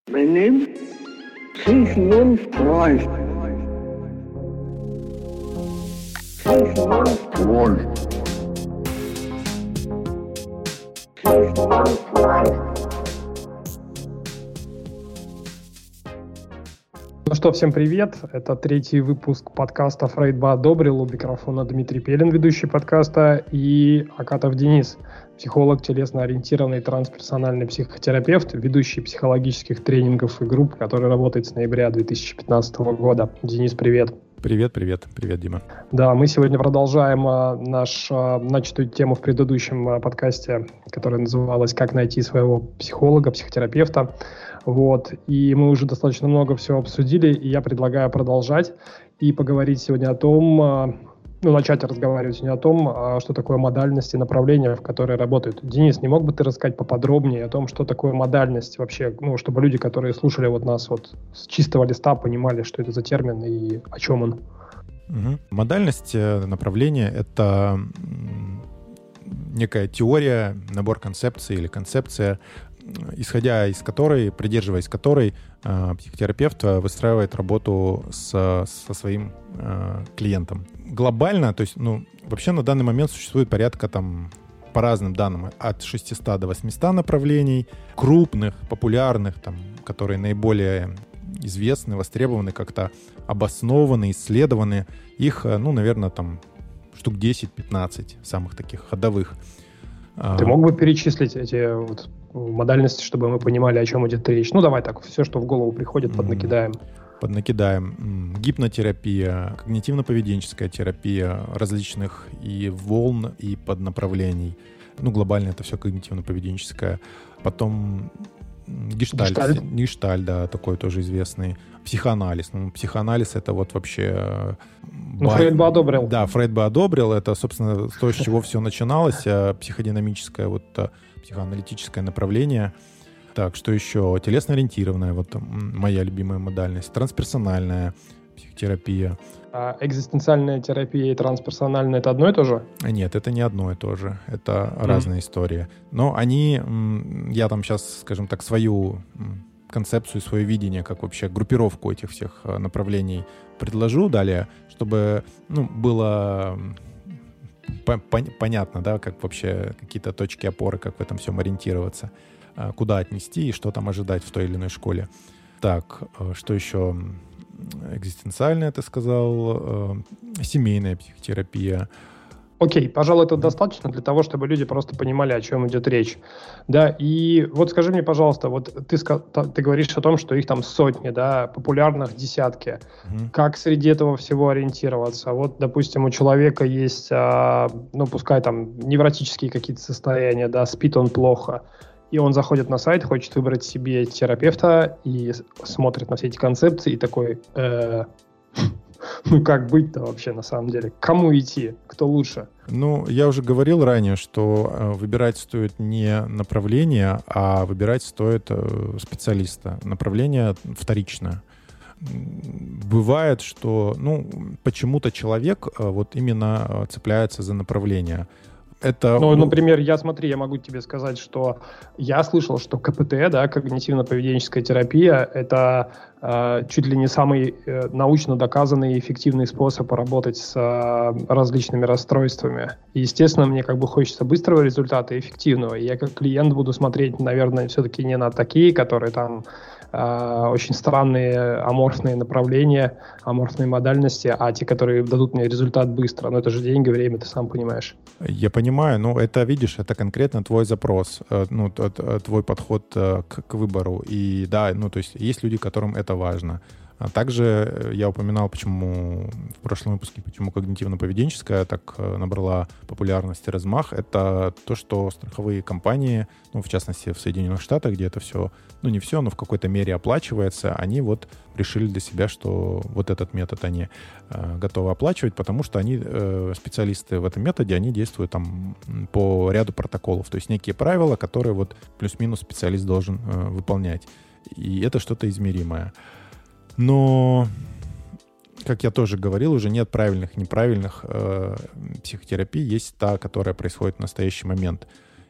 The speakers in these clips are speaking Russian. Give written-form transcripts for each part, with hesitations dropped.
My name Sigmund Freud. Sigmund Freud. Sigmund Freud. Ну что, всем привет. Это третий выпуск подкаста «Фрейд бы одобрил». У микрофона Дмитрий Пелин, ведущий подкаста, и Акатов Денис, психолог, телесно-ориентированный трансперсональный психотерапевт, ведущий психологических тренингов и групп, который работает с ноября 2015 года. Денис, привет. Привет, Дима. Да, мы сегодня продолжаем начатую тему в предыдущем подкасте, которая называлась «Как найти своего психолога, психотерапевта». Вот. И мы уже достаточно много всего обсудили, и я предлагаю продолжать и поговорить сегодня о том, начать разговаривать сегодня о том, что такое модальность и направления, в которые работают. Денис, не мог бы ты рассказать поподробнее о том, что такое модальность вообще, чтобы люди, которые слушали нас с чистого листа, понимали, что это за термин и о чем он? Модальность направления — это некая теория, набор концепций или концепция, исходя из которой, придерживаясь которой, психотерапевт выстраивает работу со своим клиентом. Глобально, то есть, вообще на данный момент существует порядка по разным данным, от 600 до 800 направлений, крупных, популярных, которые наиболее известны, востребованы, как-то обоснованы, исследованы. Их, наверное, штук 10-15 самых таких ходовых. Ты мог бы перечислить эти модальности, чтобы мы понимали, о чем идет речь? Давай так, все, что в голову приходит, поднакидаем. Гипнотерапия, когнитивно-поведенческая терапия различных и волн, и поднаправлений. Глобально это все когнитивно-поведенческое. Потом гештальт, да, такой тоже известный. Психоанализ. Психоанализ — это вообще... Фрейд бы одобрил. Да, Фрейд бы одобрил. Это, собственно, то, с чего все начиналось. Психодинамическое, психоаналитическое направление. Так, что еще? Телесно-ориентированная, моя любимая модальность. Трансперсональная психотерапия. А экзистенциальная терапия и трансперсональная — это одно и то же? Нет, это не одно и то же. Это разные истории. Но я сейчас, скажем так, свою концепцию, свое видение, как вообще группировку этих всех направлений предложу далее, чтобы было понятно, да, как вообще какие-то точки опоры, как в этом всем ориентироваться, куда отнести и что там ожидать в той или иной школе. Так, что еще? Экзистенциальная, ты сказал, семейная психотерапия. Окей, пожалуй, это достаточно для того, чтобы люди просто понимали, о чем идет речь. Да, и скажи мне, пожалуйста, ты говоришь о том, что их сотни, да, популярных десятки. Как среди этого всего ориентироваться? Допустим, у человека есть, пускай невротические какие-то состояния, да, спит он плохо, и он заходит на сайт, хочет выбрать себе терапевта и смотрит на все эти концепции и такой... как быть-то вообще на самом деле? К кому идти? Кто лучше? Я уже говорил ранее, что выбирать стоит не направление, а выбирать стоит специалиста. Направление вторично. Бывает, что почему-то человек именно цепляется за направление. Это, например, я могу тебе сказать, что я слышал, что КПТ, да, когнитивно-поведенческая терапия, это чуть ли не самый научно доказанный и эффективный способ поработать с различными расстройствами. И, естественно, мне хочется быстрого результата и эффективного. И я как клиент буду смотреть, наверное, все-таки не на такие, которые очень странные аморфные направления, аморфные модальности, а те, которые дадут мне результат быстро. Но это же деньги, время, ты сам понимаешь. Я понимаю, это, видишь, это конкретно твой запрос, твой подход к выбору. И да, то есть есть люди, которым это важно. А также я упоминал, почему в прошлом выпуске, почему когнитивно-поведенческая так набрала популярность и размах. Это то, что страховые компании, в частности в Соединенных Штатах, где это все, не все, но в какой-то мере оплачивается, они решили для себя, что этот метод они готовы оплачивать, потому что они, специалисты в этом методе, они действуют по ряду протоколов, то есть некие правила, которые плюс-минус специалист должен выполнять. И это что-то измеримое. Но, как я тоже говорил, уже нет правильных, неправильных психотерапий. Есть та, которая происходит в настоящий момент.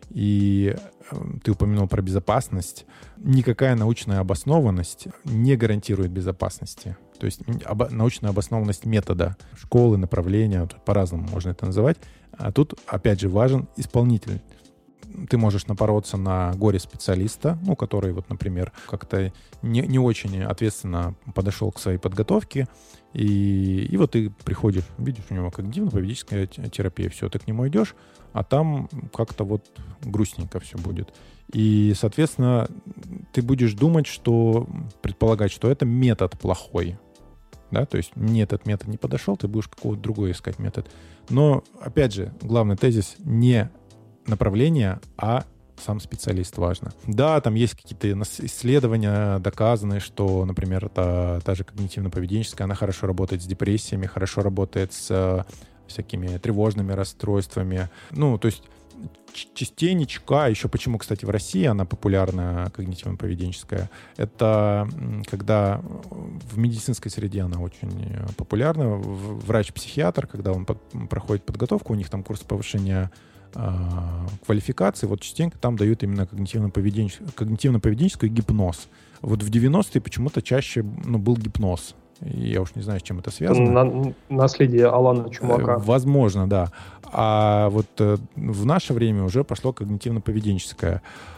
И ты упомянул про безопасность. Никакая научная обоснованность не гарантирует безопасности. То есть научная обоснованность метода, школы, направления, по-разному можно это называть. А тут, опять же, важен исполнитель. Ты можешь напороться на горе-специалиста, который, вот, например, как-то не очень ответственно подошел к своей подготовке, и вот ты приходишь, видишь, у него когнитивно-поведенческая терапия, все, ты к нему идешь, а там как-то вот грустненько все будет. И, соответственно, ты будешь думать, предполагать, что это метод плохой, да, то есть мне этот метод не подошел, ты будешь какого-то другой искать метод. Но, опять же, главный тезис не направление, а сам специалист важно. Да, там есть какие-то исследования, доказанные, что, например, та же когнитивно-поведенческая, она хорошо работает с депрессиями, хорошо работает с всякими тревожными расстройствами. То есть частенечко, еще почему, кстати, в России она популярна, когнитивно-поведенческая, это когда в медицинской среде она очень популярна. Врач-психиатр, когда он проходит подготовку, у них там курс повышения квалификации, вот частенько там дают именно когнитивно-поведенческую и гипноз. Вот в 90-е почему-то чаще был гипноз. Я уж не знаю, с чем это связано. Наследие Алана Чумака. Возможно, да. А вот в наше время уже пошло когнитивно-поведенческое.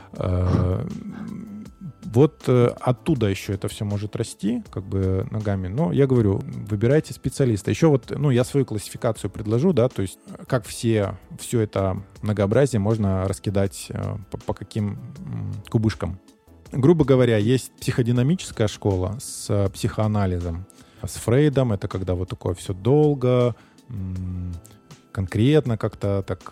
Вот оттуда еще это все может расти, ногами. Но я говорю, выбирайте специалиста. Еще я свою классификацию предложу, да, то есть как все это многообразие можно раскидать по каким кубышкам. Грубо говоря, есть психодинамическая школа с психоанализом. С Фрейдом это когда вот такое все долго, конкретно как-то так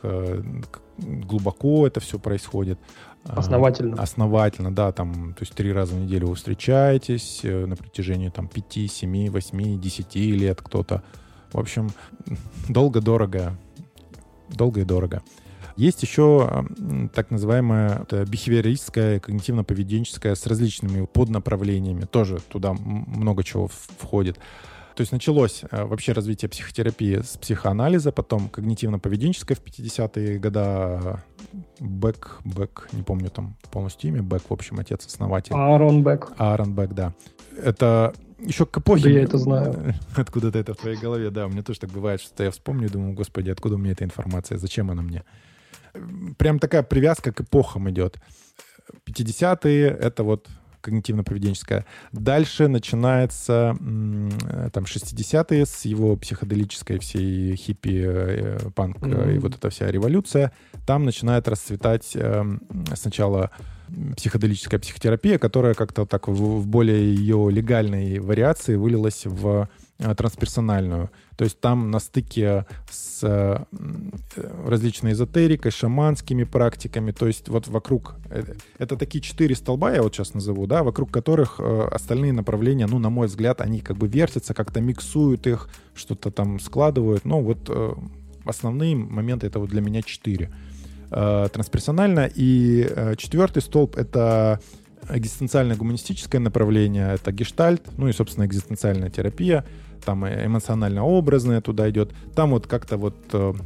глубоко это все происходит. Основательно. Основательно, да, там, то есть 3 раза в неделю вы встречаетесь на протяжении 5, 7, 8, 10 лет кто-то. В общем, долго-дорого. Долго и дорого. Есть еще так называемая бихевиористская, когнитивно-поведенческая с различными поднаправлениями. Тоже туда много чего входит. То есть началось вообще развитие психотерапии с психоанализа, потом когнитивно-поведенческая в 50-е годы. Бек, не помню там полностью имя, Бек, в общем, отец-основатель. Аарон Бек, да. Это еще к эпохе... Да я это знаю. Откуда-то это в твоей голове, да. У меня тоже так бывает, что я вспомню и думаю, господи, откуда у меня эта информация, зачем она мне? Прям такая привязка к эпохам идет. 50-е — это вот когнитивно-поведенческая. Дальше начинается там 60-е с его психоделической всей хиппи, панк и вот эта вся революция. Там начинает расцветать сначала психоделическая психотерапия, которая как-то так в более ее легальной вариации вылилась в трансперсональную. То есть там на стыке с различной эзотерикой, шаманскими практиками, то есть вот вокруг... Это такие 4 столба, я вот сейчас назову, да, вокруг которых остальные направления, на мой взгляд, они вертятся, как-то миксуют их, что-то там складывают. Но вот основные моменты — это вот для меня 4. Трансперсонально. И 4-й столб — это экзистенциально-гуманистическое направление, это гештальт, и, собственно, экзистенциальная терапия, там эмоционально-образная туда идет. Там вот как-то вот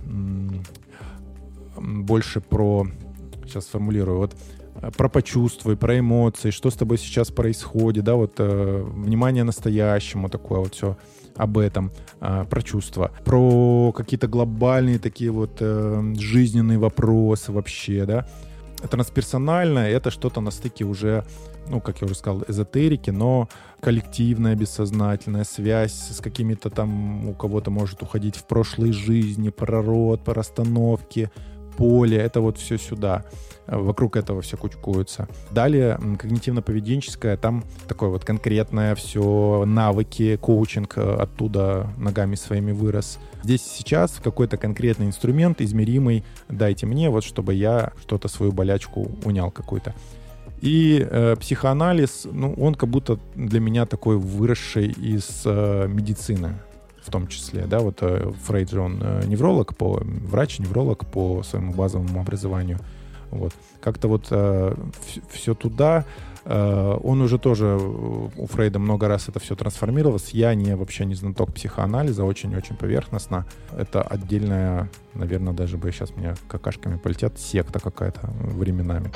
больше сейчас сформулирую, про почувствуй, про эмоции, что с тобой сейчас происходит, да, внимание настоящему, такое вот все об этом, про чувства, про какие-то глобальные такие жизненные вопросы вообще, да. Трансперсонально — это что-то на стыке уже, как я уже сказал, эзотерики, но коллективная, бессознательная связь с какими-то там, у кого-то может уходить в прошлые жизни, про род, про расстановки, поле, это вот все сюда. Вокруг этого все кучкуется. Далее когнитивно-поведенческая, там такое вот конкретное все, навыки, коучинг оттуда ногами своими вырос. Здесь сейчас какой-то конкретный инструмент, измеримый, дайте мне, чтобы я что-то, свою болячку унял какую-то. И психоанализ, он как будто для меня такой выросший из медицины. В том числе, да, Фрейд же он врач-невролог по своему базовому образованию. Как-то все туда. Он уже тоже у Фрейда много раз это все трансформировалось. Я вообще не знаток психоанализа, очень-очень поверхностно. Это отдельная, наверное, даже бы сейчас мне какашками полетят, секта какая-то временами.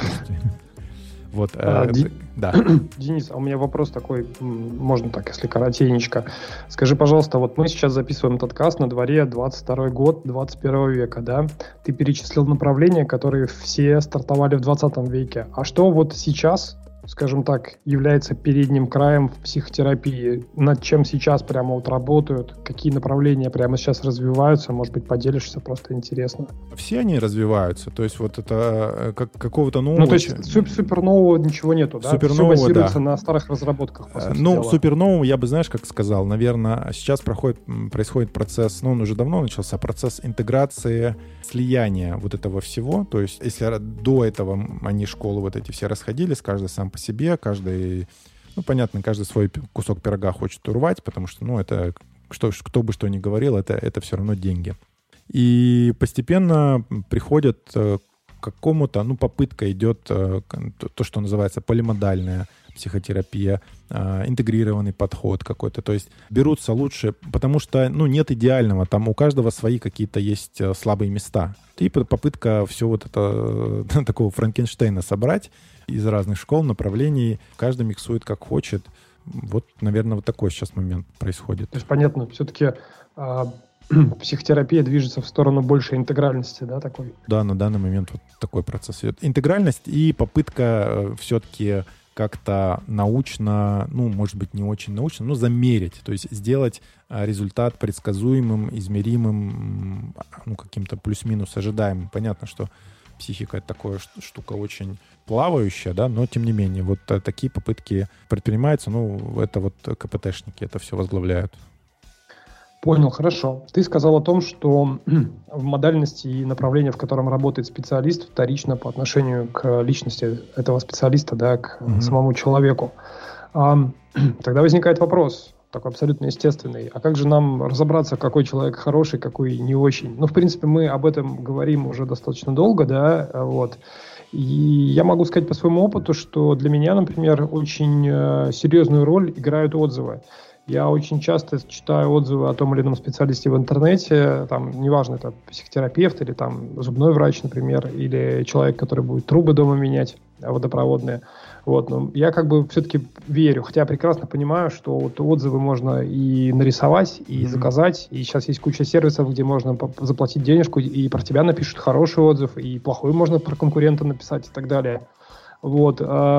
Вот, да. Денис, а у меня вопрос такой, можно так, если коротенечко. Скажи, пожалуйста, вот мы сейчас записываем этот каст, на дворе 22 год 21 века, да? Ты перечислил направления, которые все стартовали в 20 веке. А что вот сейчас, скажем так, является передним краем в психотерапии? Над чем сейчас прямо вот работают? Какие направления прямо сейчас развиваются? Может быть, поделишься, просто интересно. Все они развиваются. То есть вот это какого-то нового... Ну, то есть супернового ничего нету, да? Супернового, все базируется на старых разработках, по сути дела. Супернового я бы, знаешь, как сказал, наверное, сейчас происходит процесс, он уже давно начался, процесс интеграции, слияния вот этого всего. То есть если до этого они школы вот эти все расходились, каждый сам по себе, каждый, понятно, каждый свой кусок пирога хочет урвать, потому что, это, кто бы что ни говорил, это все равно деньги. И постепенно приходят к какому-то, попытка идет, то, что называется полимодальная психотерапия, интегрированный подход какой-то. То есть берутся лучше, потому что, нет идеального, там у каждого свои какие-то есть слабые места. И попытка все вот это такого Франкенштейна собрать из разных школ, направлений, каждый миксует как хочет. Вот, наверное, вот такой сейчас момент происходит. То есть, понятно, все-таки психотерапия движется в сторону большей интегральности, да, такой? Да, на данный момент вот такой процесс идет. Интегральность и попытка все-таки как-то научно, может быть, не очень научно, но замерить, то есть сделать результат предсказуемым, измеримым, каким-то плюс-минус ожидаемым. Понятно, что психика — это такая штука очень плавающая, да, но тем не менее, вот такие попытки предпринимаются, это вот КПТшники это все возглавляют. Понял, хорошо. Ты сказал о том, что в модальности и направлении, в котором работает специалист, вторично по отношению к личности этого специалиста, да, к самому человеку. Тогда возникает вопрос, такой абсолютно естественный. А как же нам разобраться, какой человек хороший, какой не очень? В принципе, мы об этом говорим уже достаточно долго, да, вот. И я могу сказать по своему опыту, что для меня, например, очень серьезную роль играют отзывы. Я очень часто читаю отзывы о том или ином специалисте в интернете, там, неважно, это психотерапевт или там зубной врач, например, или человек, который будет трубы дома менять, водопроводные. Вот, но я все-таки верю, хотя прекрасно понимаю, что вот отзывы можно и нарисовать, и заказать, и сейчас есть куча сервисов, где можно заплатить денежку, и про тебя напишут хороший отзыв, и плохой можно про конкурента написать и так далее. Вот.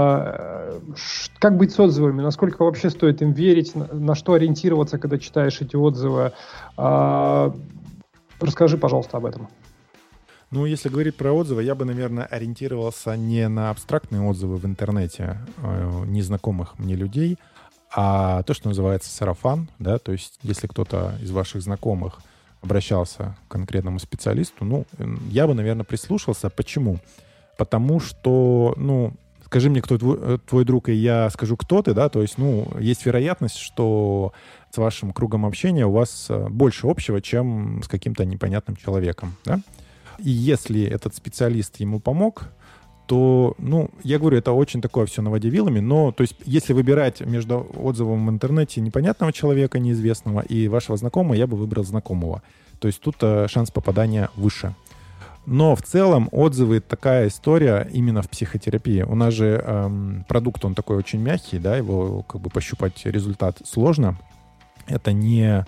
Как быть с отзывами? Насколько вообще стоит им верить? На что ориентироваться, когда читаешь эти отзывы? Расскажи, пожалуйста, об этом. Если говорить про отзывы, я бы, наверное, ориентировался не на абстрактные отзывы в интернете незнакомых мне людей, а то, что называется сарафан, да, то есть если кто-то из ваших знакомых обращался к конкретному специалисту, я бы, наверное, прислушался. Почему? Потому что, скажи мне, кто твой друг, и я скажу, кто ты, да, то есть, есть вероятность, что с вашим кругом общения у вас больше общего, чем с каким-то непонятным человеком, да. И если этот специалист ему помог, то, я говорю, это очень такое все на воде вилами, но, то есть, если выбирать между отзывом в интернете непонятного человека, неизвестного, и вашего знакомого, я бы выбрал знакомого. То есть тут шанс попадания выше. Но в целом отзывы — такая история именно в психотерапии. У нас же продукт, он такой очень мягкий, да, его пощупать результат сложно. Это не,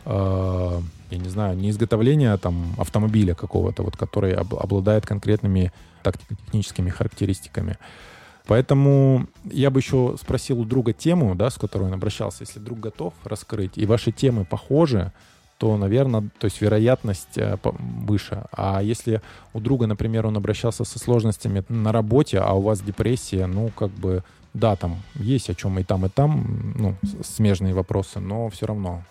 я не знаю, не изготовление там автомобиля какого-то, вот, который обладает конкретными тактико-техническими характеристиками. Поэтому я бы еще спросил у друга тему, да, с которой он обращался. Если друг готов раскрыть, и ваши темы похожи, то, наверное, то есть вероятность выше. А если у друга, например, он обращался со сложностями на работе, а у вас депрессия, да, там есть о чем и там, смежные вопросы, но все равно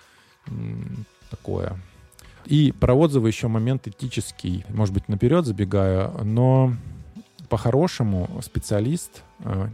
такое. И про отзывы еще момент этический, может быть, наперед забегаю, но по-хорошему специалист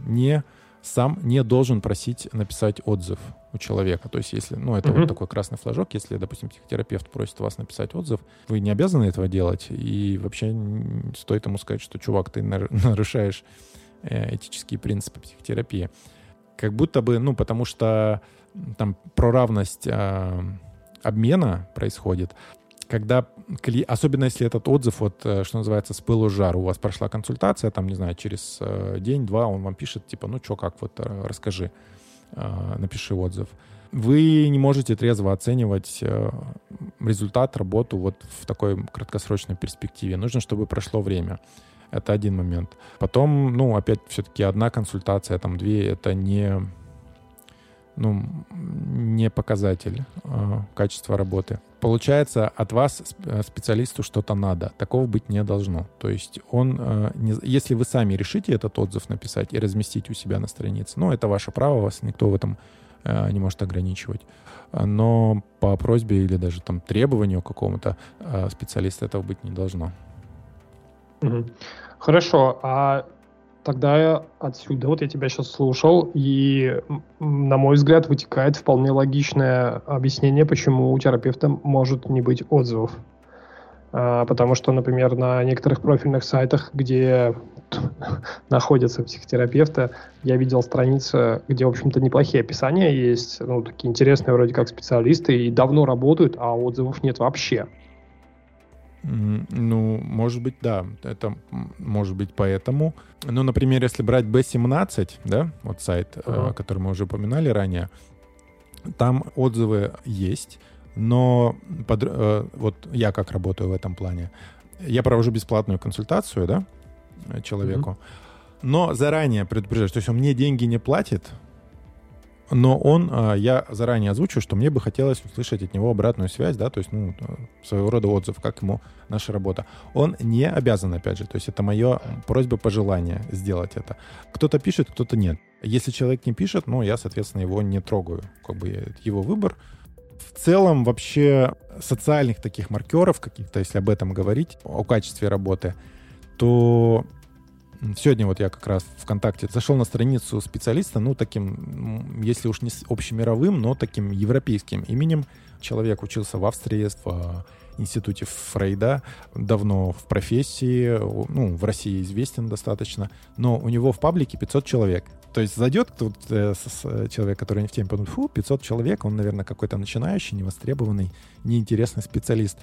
сам не должен просить написать отзыв у человека. То есть, если, это вот такой красный флажок, если, допустим, психотерапевт просит вас написать отзыв, вы не обязаны этого делать, и вообще стоит ему сказать, что, чувак, ты нарушаешь этические принципы психотерапии. Как будто бы, потому что там про равность обмена происходит, когда, особенно если этот отзыв, что называется, с пылу с жару, у вас прошла консультация, там, не знаю, через день-два он вам пишет, типа, расскажи, напиши отзыв. Вы не можете трезво оценивать результат, работу вот в такой краткосрочной перспективе. Нужно, чтобы прошло время. Это один момент. Потом, опять все-таки одна консультация, там две, это не показатель качества работы. Получается, от вас специалисту что-то надо. Такого быть не должно. То есть если вы сами решите этот отзыв написать и разместить у себя на странице, это ваше право, вас никто в этом не может ограничивать. Но по просьбе или даже там требованию какому-то специалиста этого быть не должно. Хорошо, а тогда отсюда, вот я тебя сейчас слушал, и, на мой взгляд, вытекает вполне логичное объяснение, почему у терапевта может не быть отзывов. Потому что, например, на некоторых профильных сайтах, где находятся психотерапевты, я видел страницы, где, в общем-то, неплохие описания есть, такие интересные вроде как специалисты, и давно работают, а отзывов нет вообще. Может быть, да. Это может быть поэтому. Например, если брать B17, да, вот сайт, который мы уже упоминали ранее, там отзывы есть, но вот я как работаю в этом плане. Я провожу бесплатную консультацию, да, человеку, но заранее предупреждаю, то есть он мне деньги не платит, но я заранее озвучу, что мне бы хотелось услышать от него обратную связь, да, то есть, своего рода отзыв, как ему наша работа. Он не обязан, опять же, то есть это моя просьба, пожелание сделать это. Кто-то пишет, кто-то нет. Если человек не пишет, я, соответственно, его не трогаю, его выбор. В целом, вообще, социальных таких маркеров каких-то, если об этом говорить, о качестве работы, то сегодня вот я как раз ВКонтакте зашел на страницу специалиста, таким, если уж не общемировым, но таким европейским именем. Человек учился в Австрии, в институте Фрейда, давно в профессии, в России известен достаточно, но у него в паблике 500 человек. То есть зайдет тут человек, который не в теме, подумает, 500 человек, он, наверное, какой-то начинающий, невостребованный, неинтересный специалист.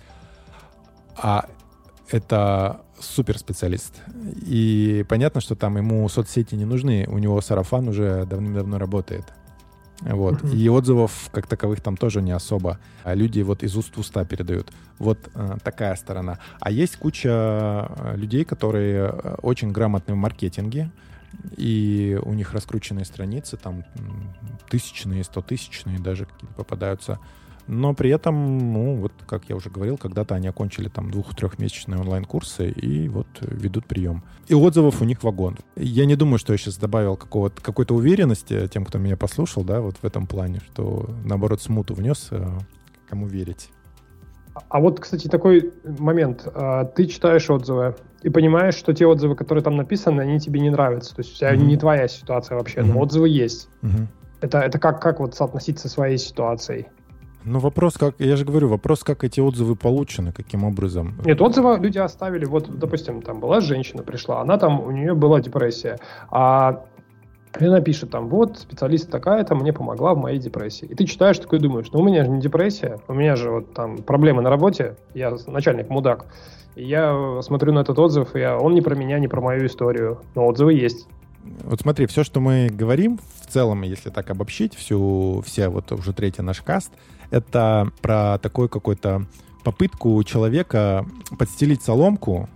А это суперспециалист. И понятно, что там ему соцсети не нужны, у него сарафан уже давным-давно работает. Вот. И отзывов как таковых там тоже не особо. А люди вот из уст в уста передают. Вот такая сторона. А есть куча людей, которые очень грамотны в маркетинге, и у них раскрученные страницы, там тысячные, 100-тысячные даже какие-то попадаются. Но при этом, вот как я уже говорил, когда-то они окончили там 2-3-месячные онлайн-курсы и вот ведут прием. И отзывов у них вагон. Я не думаю, что я сейчас добавил какой-то уверенности тем, кто меня послушал, да, вот в этом плане, что, наоборот, смуту внес, кому верить. А вот, кстати, такой момент. Ты читаешь отзывы и понимаешь, что те отзывы, которые там написаны, они тебе не нравятся. То есть у тебя не твоя ситуация вообще, но отзывы есть. Это как вот соотносить со своей ситуацией? Вопрос, я же говорю, как эти отзывы получены, каким образом? Нет, отзывы люди оставили, вот, допустим, там была женщина, пришла, у нее была депрессия, а она пишет там, вот, специалист такая-то мне помогла в моей депрессии. И ты читаешь, такой думаешь, у меня же не депрессия, у меня же вот там проблемы на работе, я начальник мудак. И я смотрю на этот отзыв, и он не про меня, не про мою историю, но отзывы есть. Вот смотри, все, что мы говорим, в целом, если так обобщить, все вот уже третий наш каст, это про такой какой-то попытку человека подстелить соломку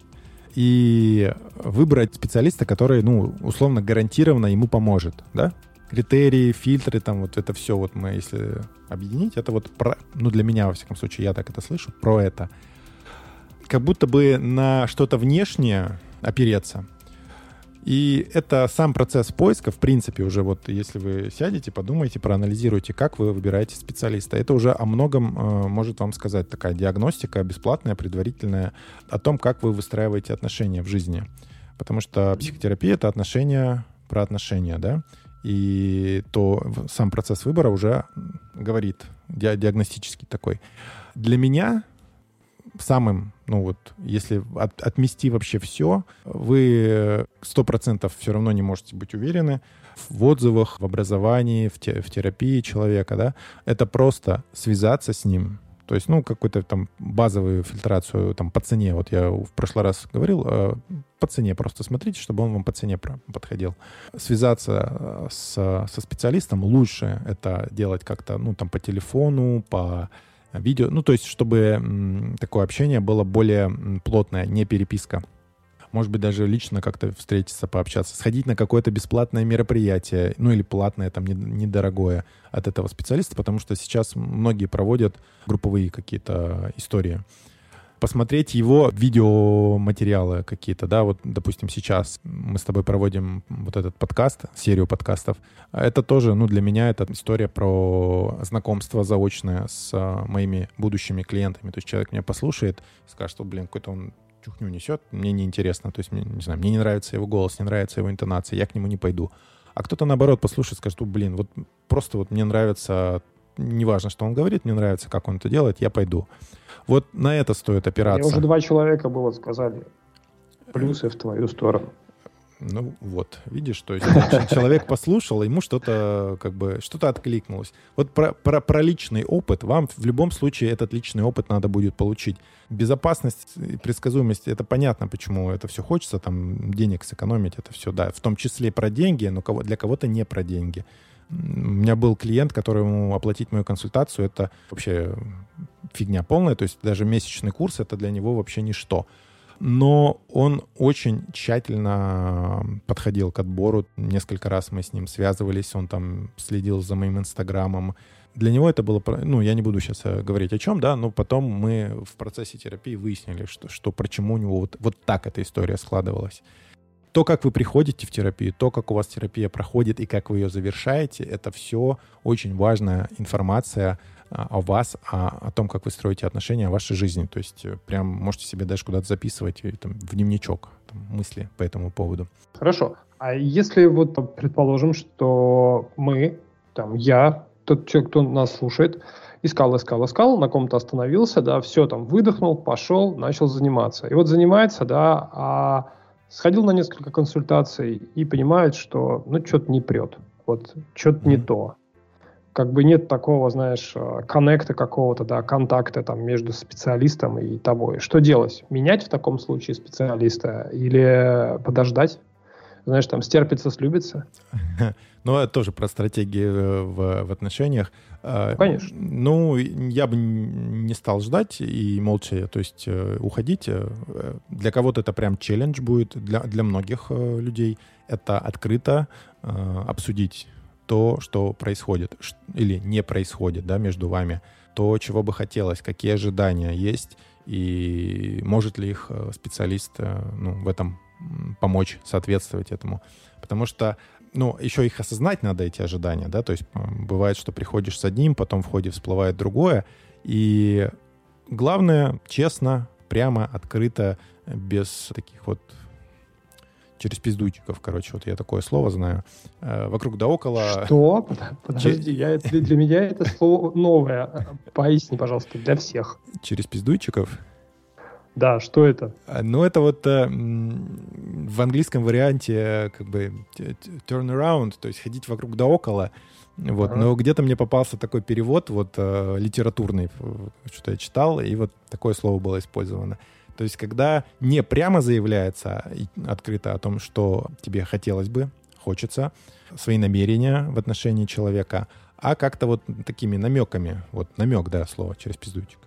и выбрать специалиста, который, условно, гарантированно ему поможет, да? Критерии, фильтры, там вот это все, вот мы, если объединить, это вот про, для меня, во всяком случае, я так это слышу, про это. Как будто бы на что-то внешнее опереться. И это сам процесс поиска, в принципе, уже вот если вы сядете, подумаете, проанализируете, как вы выбираете специалиста. Это уже о многом может вам сказать такая диагностика бесплатная, предварительная, о том, как вы выстраиваете отношения в жизни. Потому что психотерапия — это отношения про отношения, да? И то сам процесс выбора уже говорит, диагностический такой. Для меня самым Ну вот, если отмести вообще все, вы 100% все равно не можете быть уверены в отзывах, в образовании, в терапии человека, да. Это просто связаться с ним. То есть, ну, какую-то там базовую фильтрацию там по цене. Вот я в прошлый раз говорил, по цене просто смотрите, чтобы он вам по цене подходил. Связаться со специалистом лучше это делать как-то, ну, там, по телефону, по видео. Ну, то есть, чтобы такое общение было более плотное, не переписка. Может быть, даже лично как-то встретиться, пообщаться, сходить на какое-то бесплатное мероприятие, ну или платное, там, недорогое от этого специалиста, потому что сейчас многие проводят групповые какие-то истории. Посмотреть его видеоматериалы какие-то, да, вот, допустим, сейчас мы с тобой проводим вот этот подкаст, серию подкастов. Это тоже, ну, для меня это история про знакомство заочное с моими будущими клиентами. То есть человек меня послушает и скажет, что, блин, какой-то он чухню несет, мне неинтересно, то есть, мне, не знаю, мне не нравится его голос, не нравится его интонация, я к нему не пойду. А кто-то, наоборот, послушает, скажет, блин, вот просто вот мне нравится, неважно, что он говорит, мне нравится, как он это делает, я пойду. Вот на это стоит опираться. Мне уже 2 человека было сказали плюсы в твою сторону. Ну вот, видишь, то есть человек послушал, ему что-то как бы что-то откликнулось. Вот про личный опыт, вам в любом случае этот личный опыт надо будет получить. Безопасность и предсказуемость, это понятно, почему это все хочется, там денег сэкономить, это все, да, в том числе про деньги, но для кого-то не про деньги. У меня был клиент, которому оплатить мою консультацию, это вообще фигня полная, то есть даже месячный курс, это для него вообще ничто. Но он очень тщательно подходил к отбору. Несколько раз мы с ним связывались, он там следил за моим инстаграмом. Для него это было... Ну, я не буду сейчас говорить о чем, да, но потом мы в процессе терапии выяснили, что почему у него вот так эта история складывалась. То, как вы приходите в терапию, то, как у вас терапия проходит и как вы ее завершаете, это все очень важная информация о вас, о том, как вы строите отношения, о вашей жизни. То есть прям можете себе даже куда-то записывать там, в дневничок там, мысли по этому поводу. Хорошо. А если вот предположим, что мы, там, я, тот человек, кто нас слушает, искал, на ком-то остановился, да, все, там, выдохнул, пошел, начал заниматься. И вот занимается, да, а сходил на несколько консультаций и понимает, что, ну, что-то не прет, вот, что-то не то. Как бы нет такого, знаешь, коннекта какого-то, да, контакта там между специалистом и тобой. Что делать? Менять в таком случае специалиста или подождать? Знаешь, там, стерпится, слюбится? Ну, это тоже про стратегии в отношениях. Конечно. Ну, я бы не стал ждать и молча, то есть уходить. Для кого-то это прям челлендж будет, для многих людей это открыто обсудить то, что происходит или не происходит, да, между вами, то, чего бы хотелось, какие ожидания есть, и может ли их специалист ну, в этом помочь соответствовать этому. Потому что, ну, еще их осознать надо, эти ожидания, да, то есть бывает, что приходишь с одним, потом в ходе всплывает другое, и главное, честно, прямо, открыто, без таких вот через пиздуйчиков, короче, вот я такое слово знаю. Вокруг да около... Что? Подожди, для меня это слово новое. Поясни, пожалуйста, для всех. Через пиздуйчиков? Да, что это? Ну, это вот в английском варианте как бы turn around, то есть ходить вокруг да около. Вот. Но где-то мне попался такой перевод вот литературный, что-то я читал, и вот такое слово было использовано. То есть когда не прямо заявляется открыто о том, что тебе хотелось бы, хочется, свои намерения в отношении человека, а как-то вот такими намеками. Вот намек, да, слово через пиздуйчик.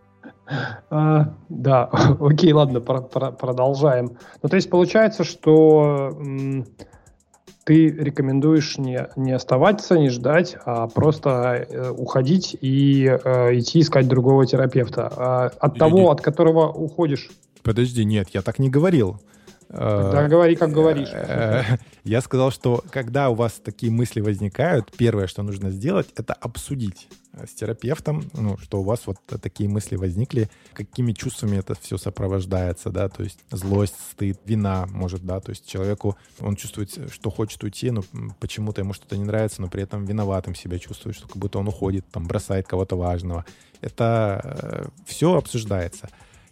Да, окей, ладно, продолжаем. Ну, то есть получается, что ты рекомендуешь не оставаться, не ждать, а просто уходить и идти искать другого терапевта. От того, от которого уходишь. Подожди, нет, я так не говорил. Тогда говори, как говоришь. Я сказал, что когда у вас такие мысли возникают, первое, что нужно сделать, это обсудить с терапевтом, ну, что у вас вот такие мысли возникли, какими чувствами это все сопровождается, да, то есть злость, стыд, вина, может, да, то есть человеку, он чувствует, что хочет уйти, но почему-то ему что-то не нравится, но при этом виноватым себя чувствует, что как будто он уходит, там, бросает кого-то важного. Это все обсуждается.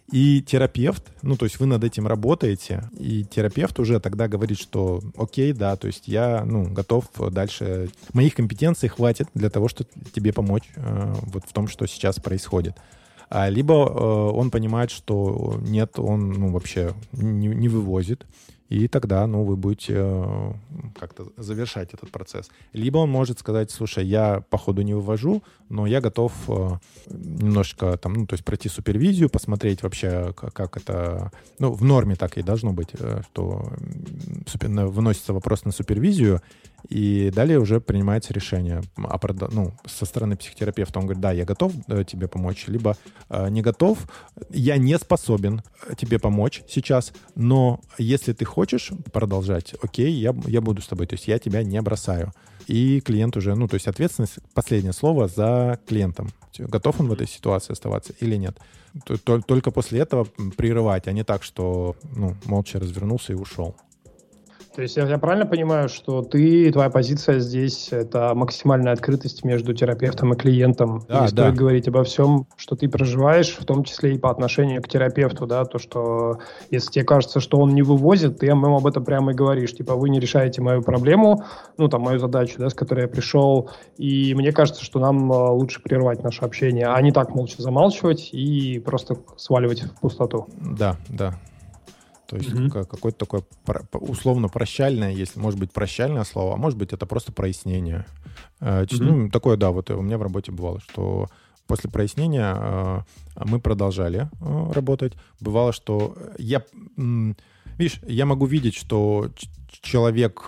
И терапевт, ну, то есть вы над этим работаете, и терапевт уже тогда говорит, что окей, да, то есть я, готов дальше, моих компетенций хватит для того, чтобы тебе помочь вот в том, что сейчас происходит. Либо он понимает, что нет, он, вообще не вывозит, и тогда, вы будете как-то завершать этот процесс. Либо он может сказать, слушай, я по ходу не вывожу, но я готов немножко там, то есть пройти супервизию, посмотреть вообще, как это... в норме так и должно быть, что выносится вопрос на супервизию, и далее уже принимается решение со стороны психотерапевта. Он говорит, да, я готов тебе помочь, либо не готов, я не способен тебе помочь сейчас, но если ты хочешь продолжать, окей, я буду с тобой, то есть я тебя не бросаю. И клиент уже, то есть ответственность, последнее слово за клиентом. Готов он в этой ситуации оставаться или нет. Только после этого прерывать, а не так, что, молча развернулся и ушел. То есть я правильно понимаю, что твоя позиция здесь — это максимальная открытость между терапевтом и клиентом? Да, и стоит говорить обо всем, что ты проживаешь, в том числе и по отношению к терапевту, да, то, что если тебе кажется, что он не вывозит, ты ему об этом прямо и говоришь, типа, вы не решаете мою проблему, мою задачу, да, с которой я пришел, и мне кажется, что нам лучше прервать наше общение, а не так молча замалчивать и просто сваливать в пустоту. Да. То есть какое-то такое условно прощальное, если может быть прощальное слово, а может быть это просто прояснение. Такое, да, вот у меня в работе бывало, что после прояснения мы продолжали работать. Бывало, что я могу видеть, что человек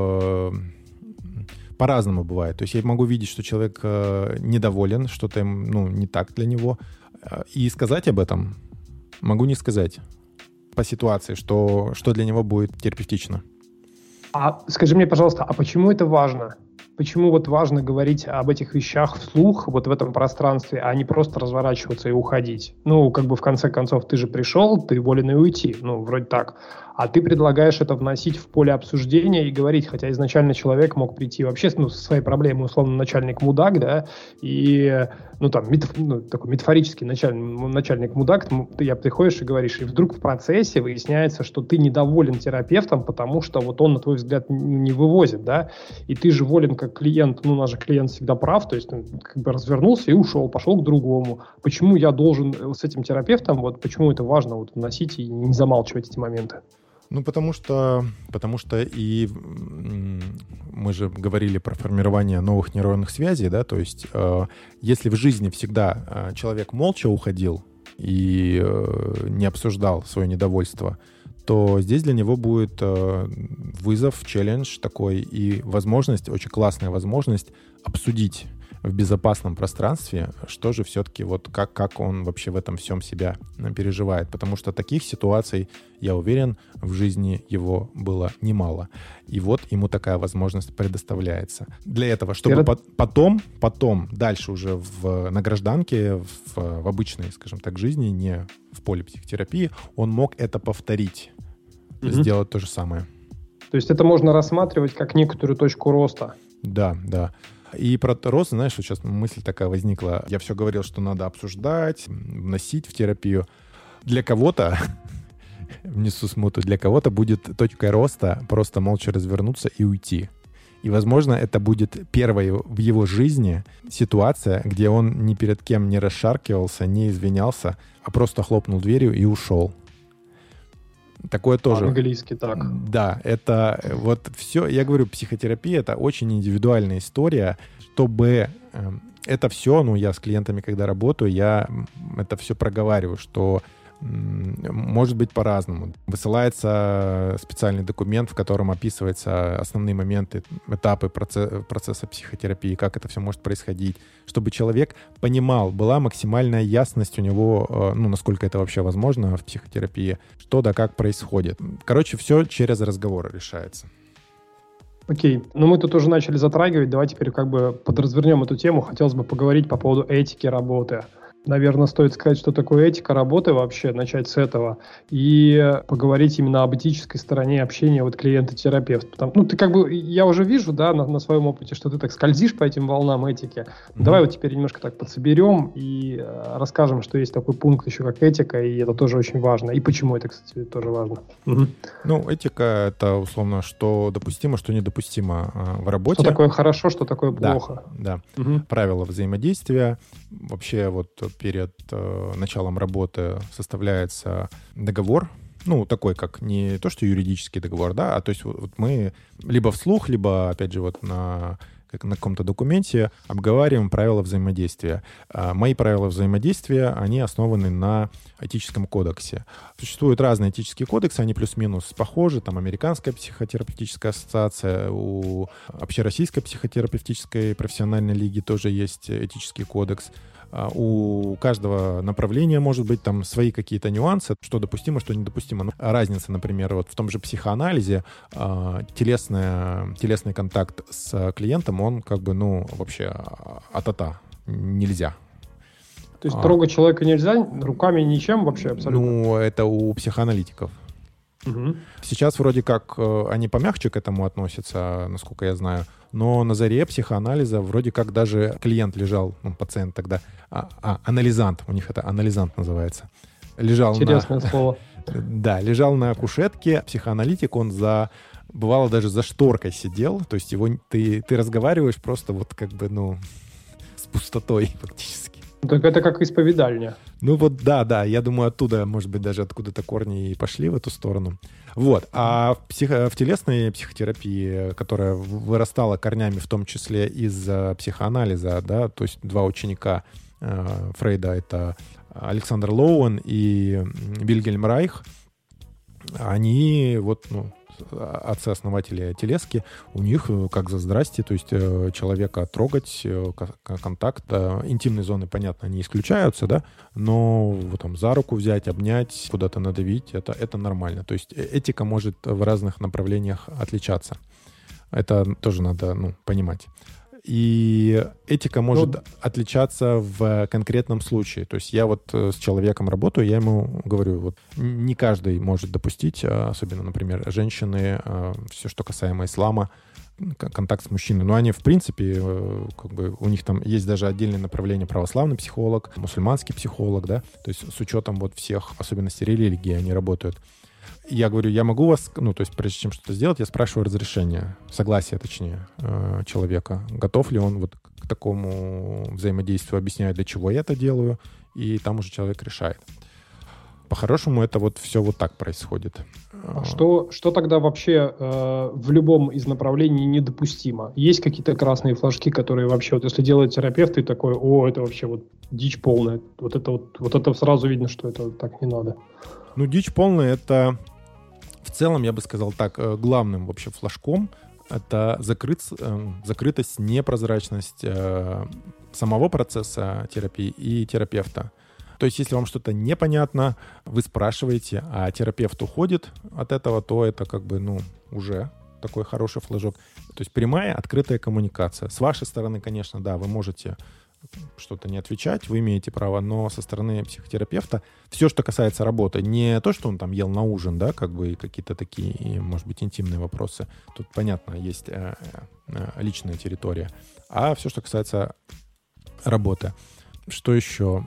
по-разному бывает. То есть я могу видеть, что человек недоволен, что-то не так для него. И сказать об этом могу не сказать. По ситуации, что для него будет терапевтично. А скажи мне, пожалуйста, а почему это важно? Почему важно говорить об этих вещах вслух, в этом пространстве, а не просто разворачиваться и уходить? В конце концов, ты же пришел, ты волен и уйти, вроде так. А ты предлагаешь это вносить в поле обсуждения и говорить, хотя изначально человек мог прийти вообще со своей проблемой, условно, начальник мудак, да, и, такой метафорический начальник мудак, ты приходишь и говоришь, и вдруг в процессе выясняется, что ты недоволен терапевтом, потому что он, на твой взгляд, не вывозит, да, и ты же волен как клиент, у нас же клиент всегда прав, то есть он развернулся и ушел, пошел к другому. Почему я должен с этим терапевтом, почему это важно вносить и не замалчивать эти моменты? Потому что и мы же говорили про формирование новых нейронных связей, да, то есть если в жизни всегда человек молча уходил и не обсуждал свое недовольство, то здесь для него будет вызов, челлендж такой и возможность, очень классная возможность обсудить в безопасном пространстве, что же все-таки как он вообще в этом всем себя переживает. Потому что таких ситуаций, я уверен, в жизни его было немало. И ему такая возможность предоставляется. Для этого, чтобы потом, дальше уже на гражданке, в обычной, скажем так, жизни, не в поле психотерапии, он мог это повторить, сделать то же самое. То есть это можно рассматривать как некоторую точку роста. Да. И про рост, знаешь, сейчас мысль такая возникла. Я все говорил, что надо обсуждать, вносить в терапию. Для кого-то, внесу смуту, для кого-то будет точкой роста просто молча развернуться и уйти. И, возможно, это будет первая в его жизни ситуация, где он ни перед кем не расшаркивался, не извинялся, а просто хлопнул дверью и ушел. Такое тоже. По-английски так. Да, это все, я говорю, психотерапия — это очень индивидуальная история, чтобы это все, я с клиентами, когда работаю, я это все проговариваю, что может быть по-разному. Высылается специальный документ, в котором описываются основные моменты, этапы процесса психотерапии, как это все может происходить, чтобы человек понимал, была максимальная ясность у него, насколько это вообще возможно в психотерапии, что да как происходит. Короче, все через разговор решается. Окей. Мы тут уже начали затрагивать. Давай теперь подразвернем эту тему. Хотелось бы поговорить по поводу этики работы. наверное, стоит сказать, что такое этика работы вообще, начать с этого, и поговорить именно об этической стороне общения вот клиент-терапевт. Ты я уже вижу, да, на своем опыте, что ты так скользишь по этим волнам этики. Давай вот теперь немножко так подсоберем и расскажем, что есть такой пункт еще как этика, и это тоже очень важно. И почему это, кстати, тоже важно. Этика — это, условно, что допустимо, что недопустимо в работе. Что такое хорошо, что такое плохо. Да. Правила взаимодействия. Вообще вот перед началом работы составляется договор, такой, как не то, что юридический договор, да, а то есть вот мы либо вслух, либо, опять же, вот на каком-то документе обговариваем правила взаимодействия. Мои правила взаимодействия, они основаны на этическом кодексе. Существуют разные этические кодексы, они плюс-минус похожи. Там Американская психотерапевтическая ассоциация, у Общероссийской психотерапевтической профессиональной лиги тоже есть этический кодекс. У каждого направления может быть там свои какие-то нюансы, что допустимо, что недопустимо. Разница, например, вот в том же психоанализе телесный контакт с клиентом, он вообще а-та-та, нельзя. То есть трогать человека нельзя, руками ничем вообще абсолютно? Это у психоаналитиков. Сейчас вроде как они помягче к этому относятся, насколько я знаю, но на заре психоанализа вроде как даже клиент лежал, пациент тогда, анализант, у них это анализант называется. Интересное слово. Да, лежал на кушетке, психоаналитик, он бывало даже за шторкой сидел, то есть ты разговариваешь просто с пустотой фактически. Так это как исповедальня. Да, я думаю, оттуда, может быть, даже откуда-то корни и пошли в эту сторону. А в телесной психотерапии, которая вырастала корнями в том числе из психоанализа, да, то есть два ученика Фрейда, это Александр Лоуэн и Вильгельм Райх, они отцы-основатели телески, у них как за здрасте, то есть человека трогать, контакт, интимные зоны, понятно, не исключаются, да, но за руку взять, обнять, куда-то надавить, это нормально. То есть этика может в разных направлениях отличаться. Это тоже надо понимать. И этика может отличаться в конкретном случае. То есть я с человеком работаю, я ему говорю, не каждый может допустить, особенно, например, женщины, все, что касаемо ислама, контакт с мужчиной. Но они, в принципе, у них там есть даже отдельное направление православный психолог, мусульманский психолог, да, то есть с учетом всех особенностей религии они работают. Я говорю, я могу вас, то есть прежде чем что-то сделать, я спрашиваю разрешение, согласие, точнее, человека. Готов ли он к такому взаимодействию, объясняю, для чего я это делаю, и там уже человек решает. По-хорошему это все так происходит. А что тогда вообще в любом из направлений недопустимо? Есть какие-то красные флажки, которые вообще, если делает терапевт, ты такой, это вообще дичь полная. Это сразу видно, что это так не надо. Дичь полная — это в целом, я бы сказал так, главным вообще флажком — это закрытость, непрозрачность самого процесса терапии и терапевта. То есть если вам что-то непонятно, вы спрашиваете, а терапевт уходит от этого, то это уже такой хороший флажок. То есть прямая, открытая коммуникация. С вашей стороны, конечно, да, вы можете что-то не отвечать, вы имеете право, но со стороны психотерапевта все, что касается работы, не то, что он там ел на ужин, да, и какие-то такие, может быть, интимные вопросы, тут, понятно, есть личная территория, а все, что касается работы. Что еще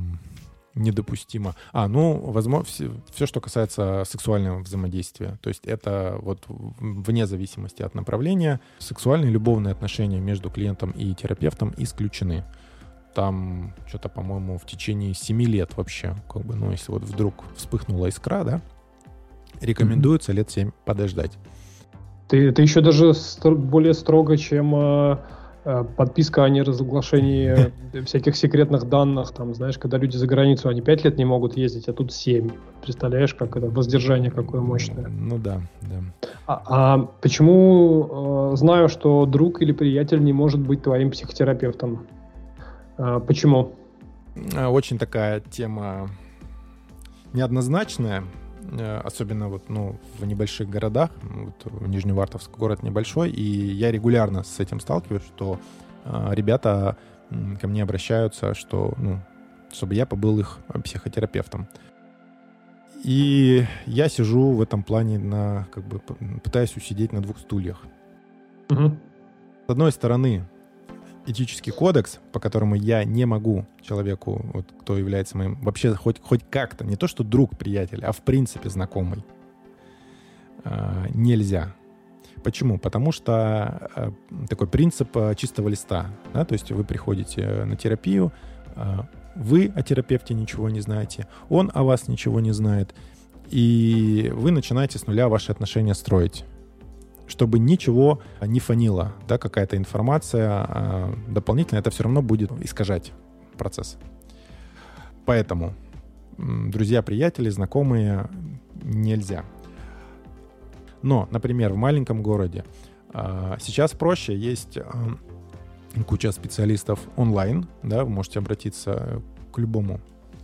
недопустимо? Возможно, все, что касается сексуального взаимодействия. То есть это вне зависимости от направления. Сексуальные любовные отношения между клиентом и терапевтом исключены. Там что-то, по-моему, в течение 7 лет вообще, если вдруг вспыхнула искра, да, рекомендуется лет 7 подождать. Это еще даже более строго, чем подписка о неразглашении всяких секретных данных, когда люди за границу, они 5 лет не могут ездить, а тут 7. Представляешь, как это воздержание какое мощное. Да. А почему знаю, что друг или приятель не может быть твоим психотерапевтом? Почему? Очень такая тема неоднозначная, особенно в небольших городах. Нижневартовск город небольшой, и я регулярно с этим сталкиваюсь, что ребята ко мне обращаются, что чтобы я побыл их психотерапевтом. И я сижу в этом плане пытаюсь усидеть на двух стульях. Угу. С одной стороны, этический кодекс, по которому я не могу человеку, вот, кто является моим, вообще хоть как-то, не то что друг, приятель, а в принципе знакомый, нельзя. Почему? Потому что такой принцип чистого листа. Да? То есть вы приходите на терапию, вы о терапевте ничего не знаете, он о вас ничего не знает, и вы начинаете с нуля ваши отношения строить, чтобы ничего не фонило, да, какая-то информация дополнительная, это все равно будет искажать процесс. Поэтому друзья, приятели, знакомые нельзя. Но, например, в маленьком городе сейчас проще, есть куча специалистов онлайн, да, вы можете обратиться к любому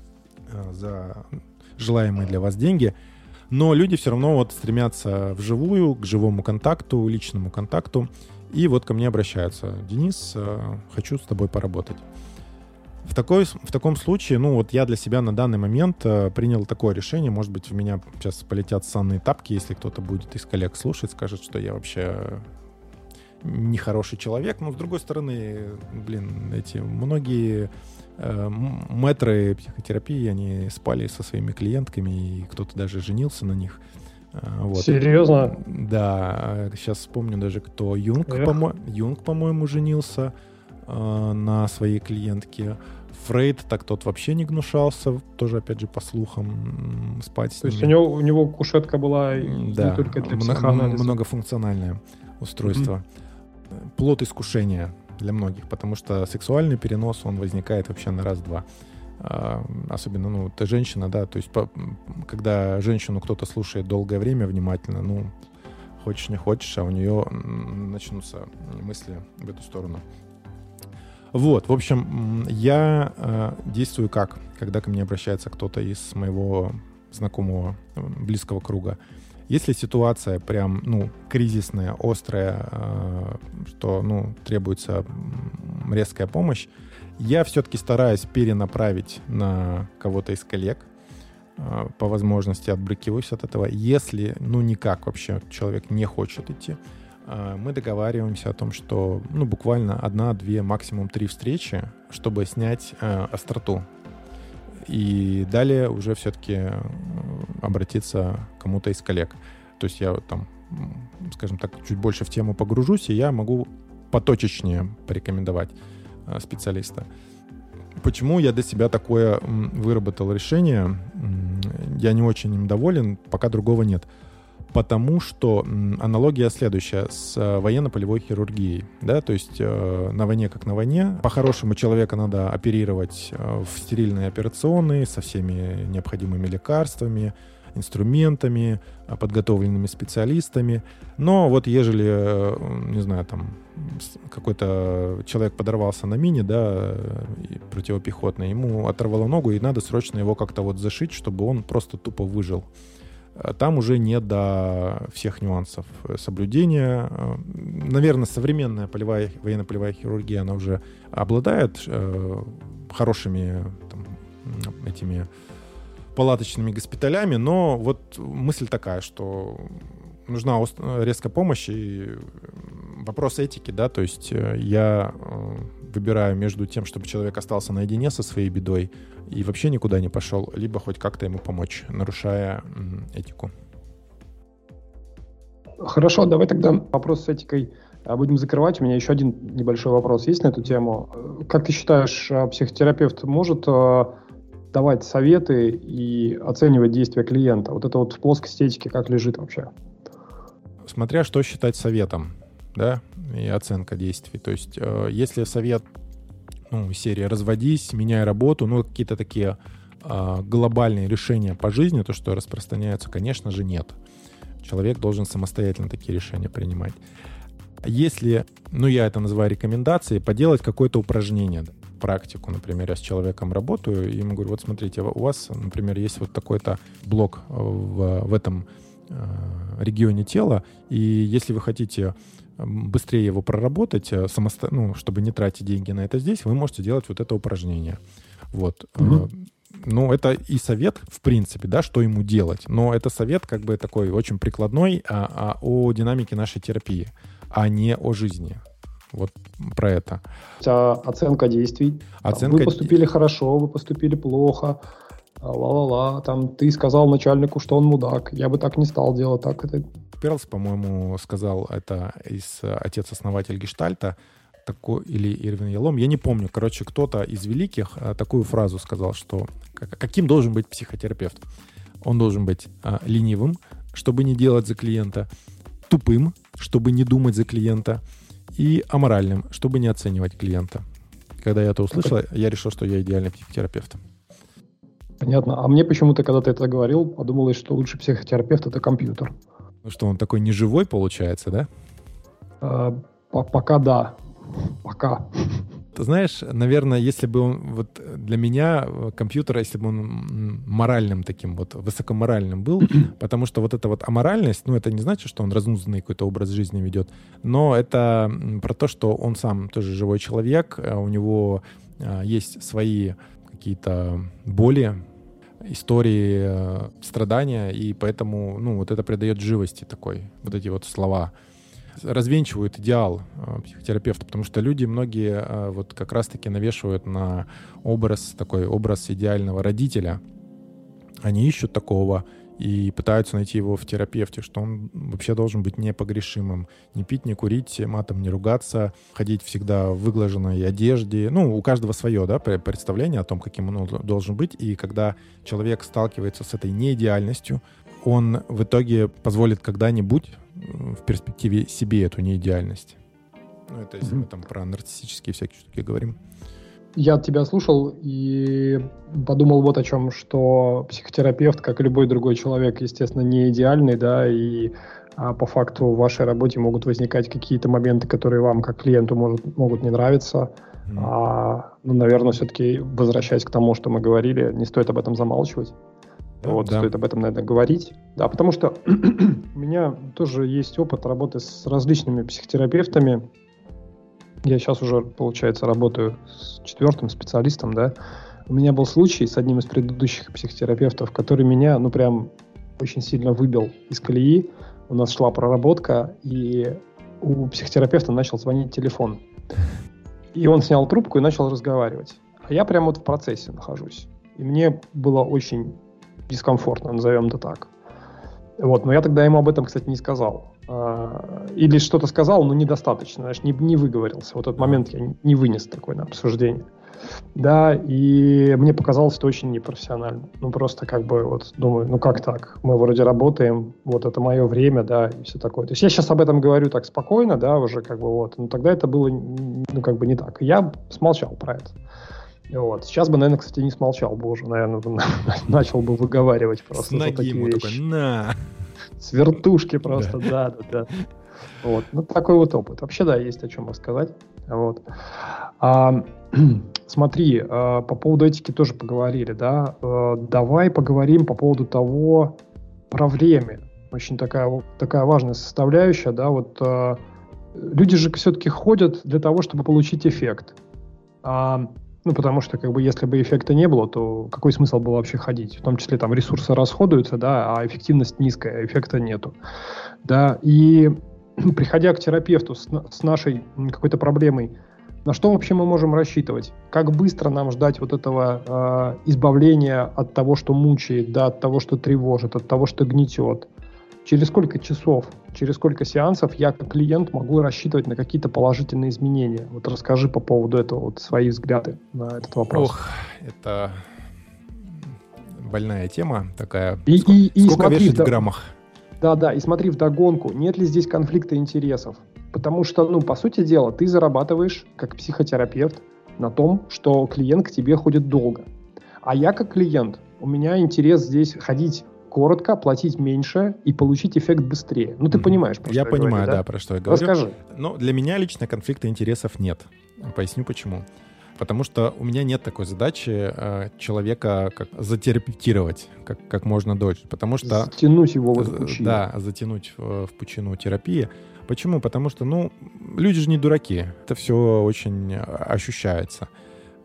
за желаемые для вас деньги, но люди все равно вот стремятся вживую, к живому контакту, личному контакту, и вот ко мне обращаются: Денис, хочу с тобой поработать. В таком случае, ну вот я для себя на данный момент принял такое решение, может быть, в меня сейчас полетят ссанные тапки, если кто-то будет из коллег слушать, скажет, что я вообще нехороший человек, но с другой стороны, эти многие мэтры психотерапии, они спали со своими клиентками, и кто-то даже женился на них. Вот. Серьезно? Да, сейчас вспомню даже, кто Юнг, по-моему, женился на своей клиентке. Фрейд, так тот вообще не гнушался, тоже, опять же, по слухам, спать с ними. То есть у него кушетка была не только для психоанализа. Многофункциональное устройство. Плод искушения для многих, потому что сексуальный перенос, он возникает вообще на раз-два. Особенно, это женщина, да, то есть когда женщину кто-то слушает долгое время внимательно, хочешь не хочешь, а у нее начнутся мысли в эту сторону. Вот, в общем, я действую как, когда ко мне обращается кто-то из моего знакомого, близкого круга. Если ситуация прям, кризисная, острая, что, требуется резкая помощь, я все-таки стараюсь перенаправить на кого-то из коллег, по возможности отбрыкиваюсь от этого. Если, никак вообще человек не хочет идти, мы договариваемся о том, что, буквально 1, 2, максимум 3 встречи, чтобы снять остроту. И далее уже все-таки обратиться к кому-то из коллег. То есть я там, скажем так, чуть больше в тему погружусь, и я могу поточечнее порекомендовать специалиста. Почему я для себя такое выработал решение? Я не очень им доволен, пока другого нет. Потому что аналогия следующая с военно-полевой хирургией. Да? То есть на войне как на войне. По-хорошему человека надо оперировать в стерильной операционной со всеми необходимыми лекарствами, инструментами, подготовленными специалистами. Но вот ежели, не знаю, там какой-то человек подорвался на мине, да, противопехотной, ему оторвало ногу, и надо срочно его как-то вот зашить, чтобы он просто тупо выжил. Там уже не до всех нюансов соблюдения. Наверное, современная военно-полевая хирургия, она уже обладает хорошими этими палаточными госпиталями, но вот мысль такая, что нужна резкая помощь и вопрос этики, да, то есть я выбираю между тем, чтобы человек остался наедине со своей бедой и вообще никуда не пошел, либо хоть как-то ему помочь, нарушая этику. Хорошо, давай тогда вопрос с этикой будем закрывать. У меня еще один небольшой вопрос есть на эту тему. Как ты считаешь, психотерапевт может давать советы и оценивать действия клиента? Вот это вот в плоскости этики как лежит вообще? Смотря что считать советом, да, и оценка действий. То есть если совет, серии «разводись», «меняй работу», какие-то такие глобальные решения по жизни, то, что распространяются, конечно же, нет. Человек должен самостоятельно такие решения принимать. Если, я это называю рекомендацией, поделать какое-то упражнение, практику, например, я с человеком работаю, и ему говорю, вот смотрите, у вас, например, есть вот такой-то блок в этом регионе тела, и если вы хотите быстрее его проработать, чтобы не тратить деньги на это здесь, вы можете делать вот это упражнение. Вот. Ну, это и совет, в принципе, да, что ему делать. Но это совет как бы такой очень прикладной о динамике нашей терапии, а не о жизни. Вот про это. Оценка действий. Вы поступили хорошо, вы поступили плохо. Ла-ла-ла. Там ты сказал начальнику, что он мудак. Я бы так не стал делать. Так это... Перлс, по-моему, сказал это отец-основатель Гештальта, или Ирвин Ялом, я не помню. Короче, кто-то из великих такую фразу сказал, что каким должен быть психотерапевт? Он должен быть ленивым, чтобы не делать за клиента, тупым, чтобы не думать за клиента, и аморальным, чтобы не оценивать клиента. Когда я это услышал, я решил, что я идеальный психотерапевт. Понятно. А мне почему-то, когда ты это говорил, подумалось, что лучший психотерапевт — это компьютер. Ну что, он такой неживой получается, да? Пока да. Пока. Ты знаешь, наверное, если бы он, вот для меня компьютер, если бы он моральным таким вот, высокоморальным был, потому что вот эта вот аморальность, ну, это не значит, что он разнузданный какой-то образ жизни ведет, но это про то, что он сам тоже живой человек, у него есть свои какие-то боли, истории, страдания, и поэтому, ну, вот это придает живости такой, вот эти вот слова развенчивают идеал психотерапевта, потому что люди многие вот как раз-таки навешивают на образ идеального родителя. Они ищут такого и пытаются найти его в терапевте, что он вообще должен быть непогрешимым. Не пить, не курить, матом не ругаться, ходить всегда в выглаженной одежде. Ну, у каждого свое, да, представление о том, каким он должен быть. И когда человек сталкивается с этой неидеальностью, он в итоге позволит когда-нибудь в перспективе себе эту неидеальность. Ну, это если мы там про нарциссические всякие штуки говорим. Я тебя слушал и подумал вот о чем, что психотерапевт, как и любой другой человек, естественно, не идеальный, да, и по факту в вашей работе могут возникать какие-то моменты, которые вам, как клиенту, могут не нравиться. Ну, наверное, все-таки, возвращаясь к тому, что мы говорили, не стоит об этом замалчивать. Вот, да. Стоит об этом, наверное, говорить. Да, потому что у меня тоже есть опыт работы с различными психотерапевтами. Я сейчас уже, получается, работаю с 4-м специалистом, да. У меня был случай с одним из предыдущих психотерапевтов, который меня, ну, прям очень сильно выбил из колеи. У нас шла проработка, и у психотерапевта начал звонить телефон. И он снял трубку и начал разговаривать. А я прям вот в процессе нахожусь. И мне было очень дискомфортно, назовем это так. Вот, но я тогда ему об этом, кстати, не сказал. Или что-то сказал, но недостаточно, знаешь, не выговорился. Вот этот момент я не вынес такой на обсуждение. Да, и мне показалось это очень непрофессионально. Ну, просто как бы вот думаю, ну как так? Мы вроде работаем, вот это мое время, да, и все такое. То есть я сейчас об этом говорю так спокойно, да, уже как бы вот. Но тогда это было, ну, как бы не так. И я смолчал про это. Вот. Сейчас бы, наверное, кстати, не смолчал бы уже, наверное, начал бы выговаривать просто. С ноги ему такой, на! С вертушки просто, да. Вот. Ну, такой вот опыт. Вообще, да, есть о чем рассказать. Вот. Смотри, по поводу этики тоже поговорили, да. Давай поговорим по поводу того, про время. Очень такая важная составляющая, да. Вот люди же все-таки ходят для того, чтобы получить эффект. Ну, потому что, как бы, если бы эффекта не было, то какой смысл было вообще ходить? В том числе, там, ресурсы расходуются, да, а эффективность низкая, эффекта нету. Да, и приходя к терапевту с нашей какой-то проблемой, на что вообще мы можем рассчитывать? Как быстро нам ждать вот этого избавления от того, что мучает, да, от того, что тревожит, от того, что гнетет? Через сколько часов, через сколько сеансов я как клиент могу рассчитывать на какие-то положительные изменения? Вот расскажи по поводу этого вот свои взгляды на этот вопрос. Ох, это больная тема такая. Сколько вешать в граммах? Да, и смотри вдогонку, нет ли здесь конфликта интересов? Потому что, ну, по сути дела, ты зарабатываешь как психотерапевт на том, что клиент к тебе ходит долго. А я как клиент, у меня интерес здесь ходить коротко, платить меньше и получить эффект быстрее. Ну, ты понимаешь, про что я говорю, понимаю, да, про что я говорю. Расскажи. Но для меня лично конфликта интересов нет. Поясню, почему. Потому что у меня нет такой задачи человека как затерапевтировать как можно дольше. Потому что... Затянуть его в эту пучину. Да, затянуть в пучину терапии. Почему? Потому что, ну, люди же не дураки. Это все очень ощущается.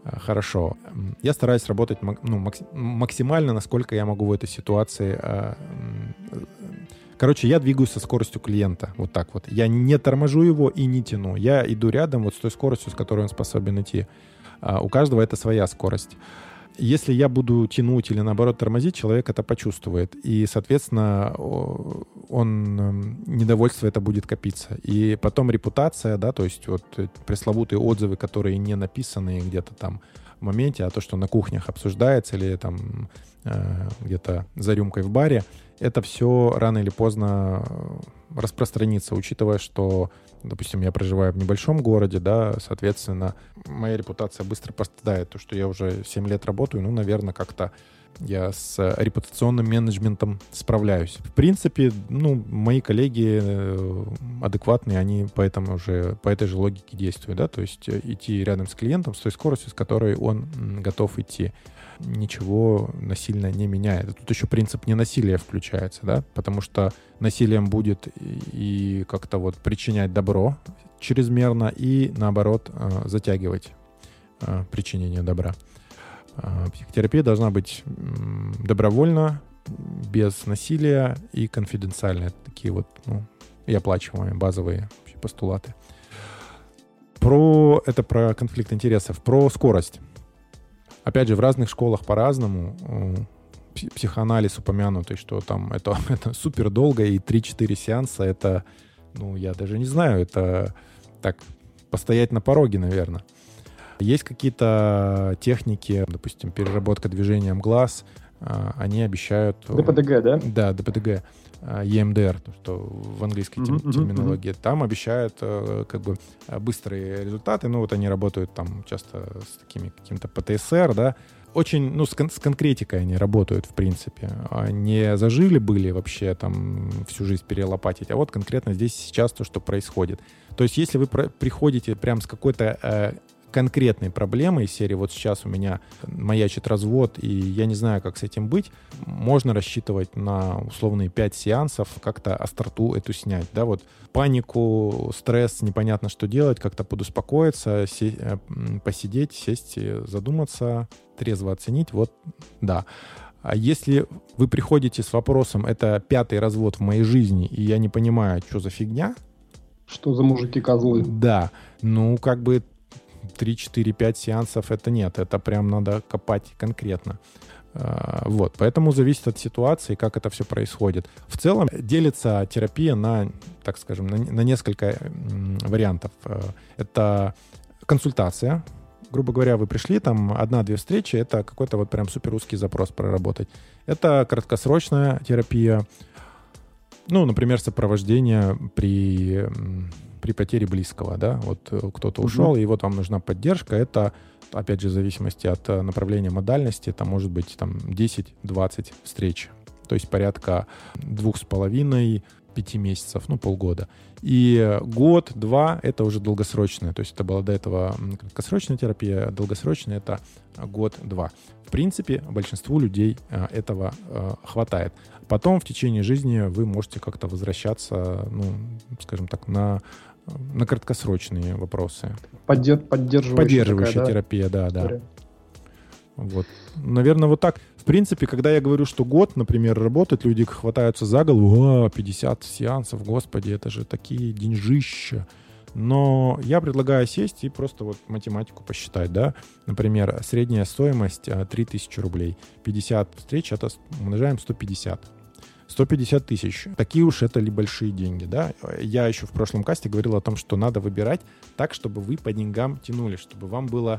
Хорошо. Я стараюсь работать максимально, насколько я могу в этой ситуации. Короче, я двигаюсь со скоростью клиента. Вот так вот. Я не торможу его и не тяну. Я иду рядом вот с той скоростью, с которой он способен идти. У каждого это своя скорость. Если я буду тянуть или, наоборот, тормозить, человек это почувствует. И, соответственно, недовольство это будет копиться. И потом репутация, да, то есть вот пресловутые отзывы, которые не написаны где-то там в моменте, а то, что на кухнях обсуждается или там где-то за рюмкой в баре, это все рано или поздно распространится, учитывая, что, допустим, я проживаю в небольшом городе, да, соответственно, моя репутация быстро пострадает. То, что я уже 7 лет работаю, наверное, как-то я с репутационным менеджментом справляюсь. В принципе, мои коллеги адекватные, они по этой же логике действуют, да, то есть идти рядом с клиентом с той скоростью, с которой он готов идти. Ничего насильно не меняет. Тут еще принцип ненасилия включается, да, потому что насилием будет и как-то вот причинять добро чрезмерно и, наоборот, затягивать причинение добра. Психотерапия должна быть добровольно, без насилия и конфиденциально. Это такие вот, и оплачиваемые базовые постулаты. Это про конфликт интересов, про скорость. Опять же, в разных школах по-разному. Психоанализ упомянутый, что там это супер долго, и 3-4 сеанса это, я даже не знаю, это так, постоять на пороге, наверное. Есть какие-то техники, допустим, переработка движением глаз, они обещают... ДПДГ, да? Да, ДПДГ, EMDR, то, что в английской терминологии. Там обещают как бы быстрые результаты, вот они работают там часто с такими каким-то ПТСР, да, очень, с конкретикой они работают, в принципе. Не зажили были вообще там всю жизнь перелопатить, а вот конкретно здесь сейчас то, что происходит. То есть если вы приходите прям с какой-то конкретной проблемой из серии «Вот сейчас у меня маячит развод, и я не знаю, как с этим быть», можно рассчитывать на условные 5 сеансов, как-то остроту эту снять. Да, вот панику, стресс, непонятно, что делать, как-то подуспокоиться, посидеть, сесть, задуматься, трезво оценить. Вот, да. А если вы приходите с вопросом «Это 5-й развод в моей жизни, и я не понимаю, что за фигня?» Что за мужики-козлы? Да. 3-4-5 сеансов это нет, это прям надо копать конкретно. Вот, поэтому зависит от ситуации, как это все происходит. В целом делится терапия на, так скажем, на несколько вариантов. Это консультация. Грубо говоря, вы пришли, там 1-2 встречи, это какой-то вот прям супер узкий запрос проработать. Это краткосрочная терапия. Например, сопровождение при потере близкого, да, вот кто-то ушел, и вот вам нужна поддержка, это, опять же, в зависимости от направления модальности, это может быть там 10-20 встреч, то есть порядка 2,5-5 месяцев, полгода. И год-два это уже долгосрочная, то есть это была до этого краткосрочная терапия, долгосрочная это год-два. В принципе, большинству людей этого хватает. Потом в течение жизни вы можете как-то возвращаться, скажем так, на краткосрочные вопросы. Поддерживающая терапия, да. Вот. Наверное, вот так. В принципе, когда я говорю, что год, например, работать, люди хватаются за голову, 50 сеансов, господи, это же такие деньжища. Но я предлагаю сесть и просто вот математику посчитать, да. Например, средняя стоимость 3000 рублей. 50 встреч, это умножаем 150. 150 тысяч. Такие уж это ли большие деньги, да? Я еще в прошлом касте говорил о том, что надо выбирать так, чтобы вы по деньгам тянули, чтобы вам было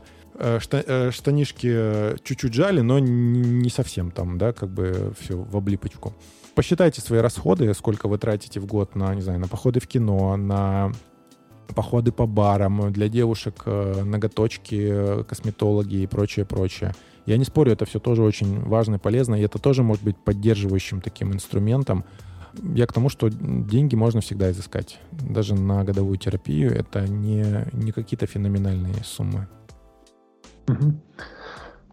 штанишки чуть-чуть жали, но не совсем там, да, как бы все в облипочку. Посчитайте свои расходы, сколько вы тратите в год на, не знаю, на походы в кино, на походы по барам, для девушек ноготочки, косметологи и прочее. Я не спорю, это все тоже очень важно и полезно, и это тоже может быть поддерживающим таким инструментом. Я к тому, что деньги можно всегда изыскать. Даже на годовую терапию это не какие-то феноменальные суммы.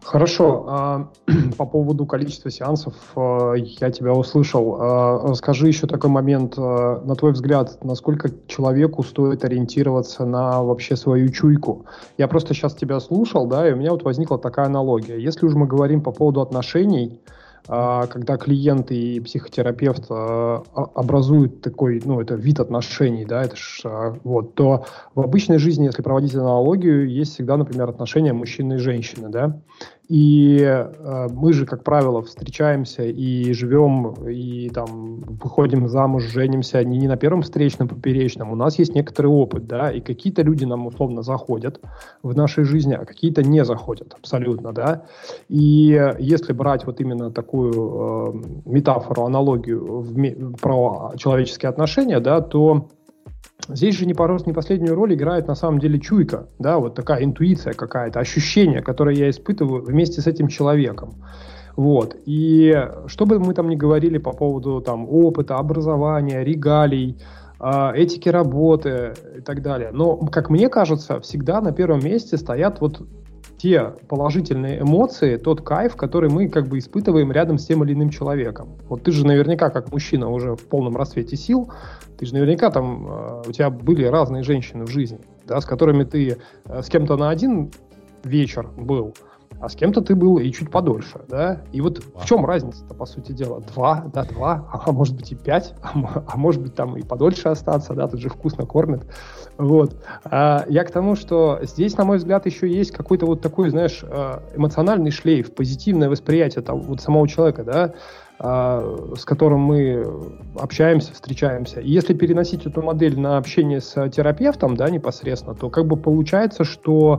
Хорошо. По поводу количества сеансов я тебя услышал. Скажи еще такой момент. На твой взгляд, насколько человеку стоит ориентироваться на вообще свою чуйку? Я просто сейчас тебя слушал, да, и у меня вот возникла такая аналогия. Если уж мы говорим по поводу отношений, когда клиент и психотерапевт образуют такой, это вид отношений, да, это то в обычной жизни, если проводить аналогию, есть всегда, например, отношения мужчины и женщины, да, и мы же, как правило, встречаемся и живем, и там выходим замуж, женимся не на первом встречном, поперечном. У нас есть некоторый опыт, да, и какие-то люди нам условно заходят в нашей жизни, а какие-то не заходят абсолютно, да. И если брать вот именно такую метафору, аналогию про человеческие отношения, да, то здесь же не последнюю роль играет на самом деле чуйка, да, вот такая интуиция какая-то, ощущение, которое я испытываю вместе с этим человеком. Вот. И что бы мы там ни говорили по поводу там опыта, образования, регалий, этики работы и так далее, но, как мне кажется, всегда на первом месте стоят вот те положительные эмоции, тот кайф, который мы как бы испытываем рядом с тем или иным человеком. Вот ты же наверняка, как мужчина уже в полном расцвете сил, ты же наверняка там, у тебя были разные женщины в жизни, да, с которыми ты с кем-то на один вечер был, а с кем-то ты был и чуть подольше, да? И вот в чем разница-то, по сути дела? 2, а может быть и 5, а может быть там и подольше остаться, да, тут же вкусно кормят. Вот. Я к тому, что здесь, на мой взгляд, еще есть какой-то вот такой, знаешь, эмоциональный шлейф, позитивное восприятие там, вот самого человека, да, с которым мы общаемся, встречаемся. И если переносить эту модель на общение с терапевтом, да, непосредственно, то как бы получается, что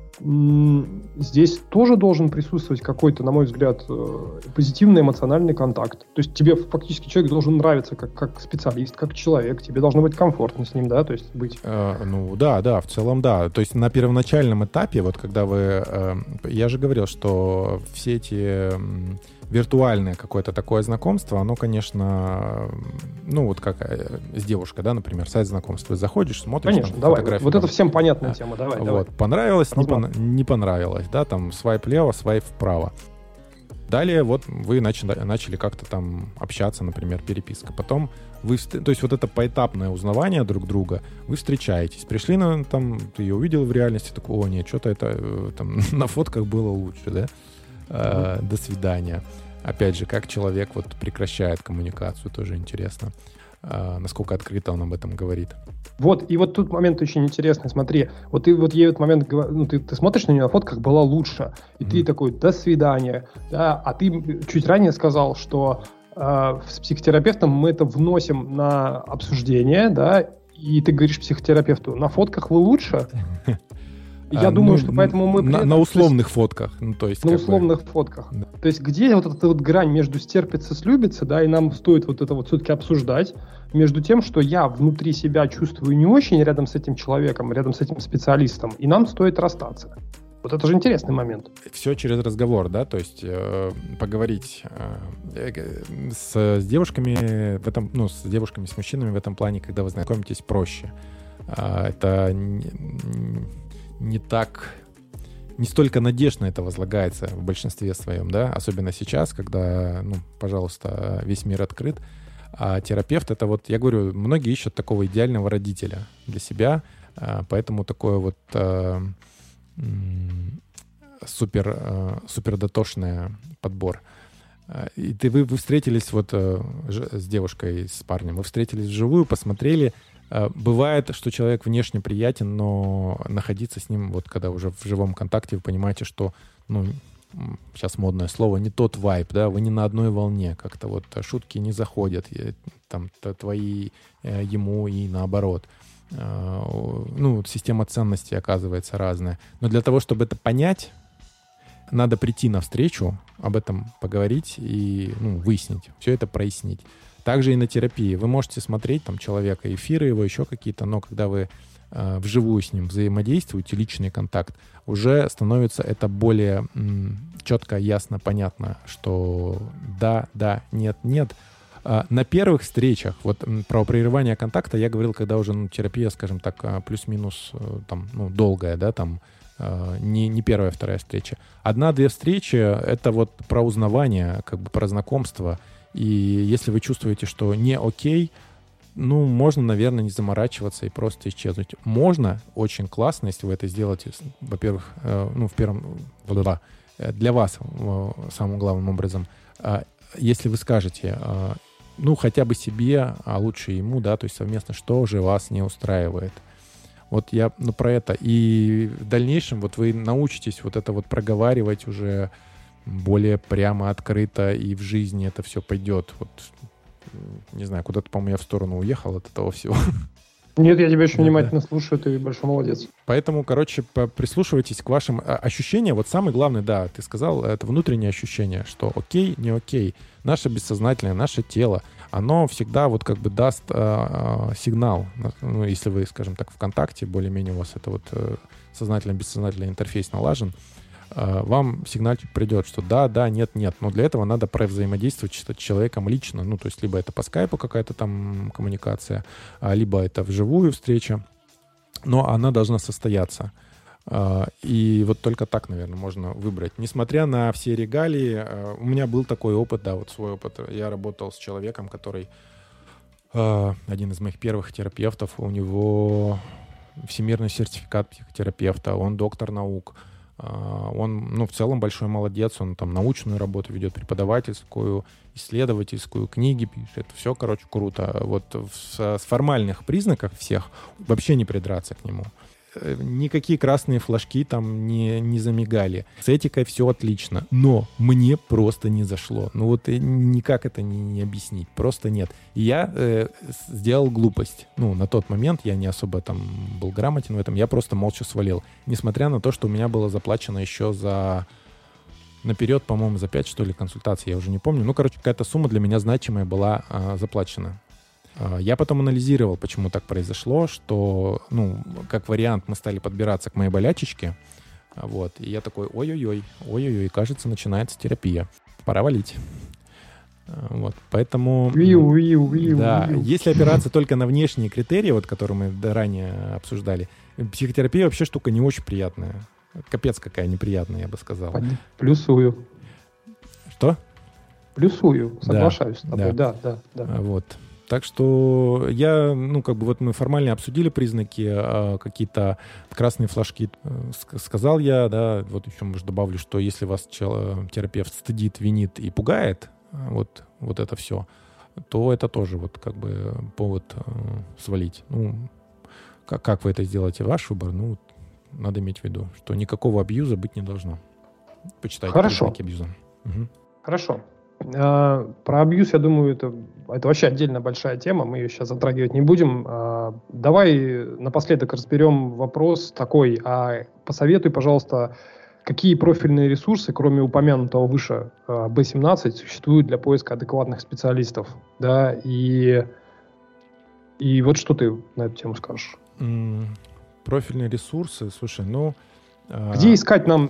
здесь тоже должен присутствовать какой-то, на мой взгляд, позитивный эмоциональный контакт. То есть тебе фактически человек должен нравиться как специалист, как человек, тебе должно быть комфортно с ним, да, то есть быть... Да, в целом да. То есть на первоначальном этапе, вот когда вы... Я же говорил, что все эти... виртуальное какое-то такое знакомство, оно, конечно, вот как с девушкой, да, например, сайт знакомств. Ты заходишь, смотришь, конечно, там, давай. фотографии. Вот это всем понятная тема, давай. Понравилось, не понравилось, да, там свайп лево, свайп вправо. Далее вот вы начали как-то там общаться, например, переписка. Потом то есть вот это поэтапное узнавание друг друга, вы встречаетесь. Пришли, там, ты ее увидел в реальности, такой, нет, что-то это там на фотках было лучше, да? До свидания. Опять же, как человек вот прекращает коммуникацию, тоже интересно. Насколько открыто он об этом говорит. Вот, и вот тут момент очень интересный, смотри, вот ты вот ей этот момент, ты смотришь на нее на фотках, была лучше, и ты такой, до свидания, да, а ты чуть ранее сказал, что с психотерапевтом мы это вносим на обсуждение, да, и ты говоришь психотерапевту, на фотках вы лучше? Я думаю, что поэтому мы... На условных фотках. То есть, на условных фотках. Да. То есть где вот эта вот грань между стерпится, слюбится, да, и нам стоит вот это вот все-таки обсуждать, между тем, что я внутри себя чувствую не очень рядом с этим человеком, рядом с этим специалистом, и нам стоит расстаться. Вот это же интересный момент. Все через разговор, да, то есть поговорить с девушками в этом, с девушками, с мужчинами в этом плане, когда вы знакомитесь, проще. Это не столько надежд на это возлагается в большинстве своем, да, особенно сейчас, когда, пожалуйста, весь мир открыт. А терапевт — это вот, я говорю, многие ищут такого идеального родителя для себя, поэтому такой вот супер дотошный подбор. И вы встретились вот с девушкой, с парнем, вы встретились вживую, посмотрели. Бывает, что человек внешне приятен, но находиться с ним, вот когда уже в живом контакте, вы понимаете, что, сейчас модное слово, не тот вайб, да, вы не на одной волне, как-то вот шутки не заходят, там, твои ему и наоборот. Система ценностей оказывается разная. Но для того, чтобы это понять, надо прийти навстречу, об этом поговорить и выяснить, все это прояснить. Также и на терапии. Вы можете смотреть там человека, эфиры его, еще какие-то, но когда вы вживую с ним взаимодействуете, личный контакт, уже становится это более четко, ясно, понятно, что да, нет. На первых встречах, вот про прерывание контакта я говорил, когда уже терапия, скажем так, плюс-минус там, долгая, да, там Не первая, вторая встреча. 1-2 встречи — это вот про узнавание, как бы про знакомство. И если вы чувствуете, что не окей, можно, наверное, не заморачиваться и просто исчезнуть. Можно, очень классно, если вы это сделаете, во-первых, в первом, для вас самым главным образом, если вы скажете, хотя бы себе, а лучше ему, да, то есть совместно, что же вас не устраивает. Вот я про это. И в дальнейшем вот вы научитесь вот это вот проговаривать уже более прямо, открыто, и в жизни это все пойдет. Вот, не знаю, куда-то, по-моему, я в сторону уехал от этого всего. Нет, я тебя очень внимательно слушаю, ты большой молодец. Поэтому, прислушивайтесь к вашим ощущениям. Вот самое главное, да, ты сказал, это внутреннее ощущение, что окей, не окей. Наше бессознательное, наше тело, оно всегда вот как бы даст сигнал. Если вы, скажем так, ВКонтакте, более-менее у вас это вот сознательно-бессознательный интерфейс налажен, вам сигнальчик придет, что да, нет. Но для этого надо взаимодействовать с человеком лично. То есть либо это по скайпу какая-то там коммуникация, либо это вживую встреча. Но она должна состояться. И вот только так, наверное, можно выбрать. Несмотря на все регалии, у меня был такой опыт, да, вот свой опыт. Я работал с человеком, который один из моих первых терапевтов. У него всемирный сертификат психотерапевта, он доктор наук. Он, в целом большой молодец, он там научную работу ведет, преподавательскую, исследовательскую, книги пишет, все, круто. Вот с формальных признаков всех вообще не придраться к нему. Никакие красные флажки там не замигали. С этикой все отлично, но мне просто не зашло. Никак это не объяснить, просто нет. И я сделал глупость. На тот момент я не особо там был грамотен в этом, я просто молча свалил. Несмотря на то, что у меня было заплачено еще наперед, по-моему, за 5, что ли, консультаций, я уже не помню. Какая-то сумма для меня значимая была заплачена. Я потом анализировал, почему так произошло, что, как вариант, мы стали подбираться к моей болячечке, и я такой, ой-ой-ой, кажется, начинается терапия, пора валить. Поэтому, да, если опираться только на внешние критерии, которые мы ранее обсуждали, психотерапия вообще штука не очень приятная, капец какая неприятная, я бы сказал. Плюсую. Что? Плюсую, соглашаюсь с тобой, да. Так что мы формально обсудили признаки, какие-то красные флажки сказал я, да, еще, может, добавлю, что если вас терапевт стыдит, винит и пугает, вот это все, то это тоже повод свалить. Как вы это сделаете, ваш выбор, надо иметь в виду, что никакого абьюза быть не должно. Почитайте признаки абьюза. Угу. Хорошо. Про абьюз, я думаю, это вообще отдельно большая тема, мы ее сейчас затрагивать не будем. Давай напоследок разберем вопрос такой, посоветуй, пожалуйста, какие профильные ресурсы, кроме упомянутого выше B17, существуют для поиска адекватных специалистов, да, и вот что ты на эту тему скажешь? Профильные ресурсы, слушай, Где искать нам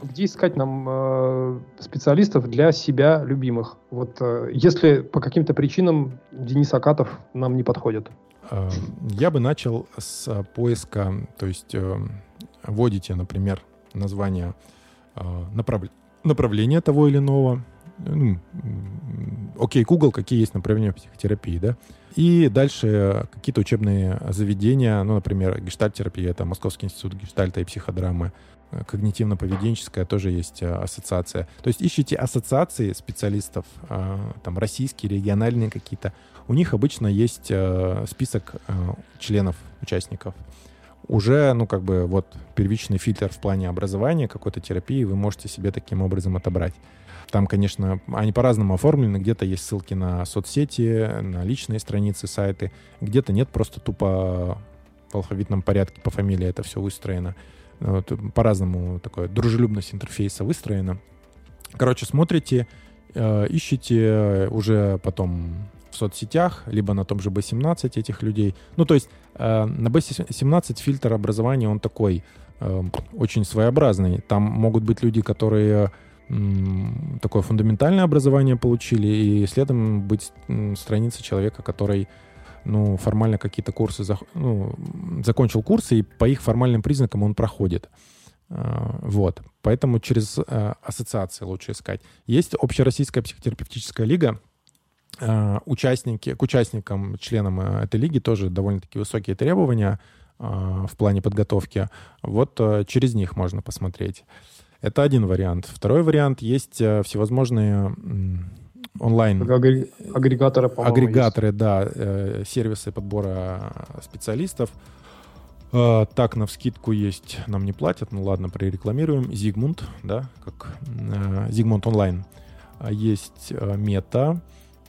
специалистов для себя любимых? Если по каким-то причинам Денис Акатов нам не подходит. Я бы начал с поиска, то есть вводите, например, название направления того или иного. Окей, Google, какие есть направления психотерапии, да? И дальше какие-то учебные заведения, например, гештальт-терапия, это Московский институт гештальта и психодрамы, когнитивно-поведенческая тоже есть ассоциация. То есть ищите ассоциации специалистов, там российские, региональные какие-то. У них обычно есть список членов, участников. Уже, первичный фильтр в плане образования какой-то терапии вы можете себе таким образом отобрать. Там, конечно, они по-разному оформлены. Где-то есть ссылки на соцсети, на личные страницы, сайты. Где-то нет, просто тупо в алфавитном порядке по фамилии это все выстроено. По-разному такая дружелюбность интерфейса выстроена. Смотрите, ищите уже потом в соцсетях, либо на том же B17 этих людей. То есть на B17 фильтр образования, он такой очень своеобразный. Там могут быть люди, которые такое фундаментальное образование получили, и следом быть страница человека, который формально какие-то курсы закончил курсы, и по их формальным признакам он проходит. Вот. Поэтому через ассоциации лучше искать. Есть Общероссийская психотерапевтическая лига. К участникам, членам этой лиги тоже довольно-таки высокие требования в плане подготовки. Вот через них можно посмотреть. Это один вариант. Второй вариант. Есть всевозможные онлайн... Агрегаторы, по-моему, агрегаторы, есть. Да, сервисы подбора специалистов. Так, навскидку есть, нам не платят, ну ладно, прорекламируем. Зигмунд, да, как Зигмунд онлайн. Есть Мета,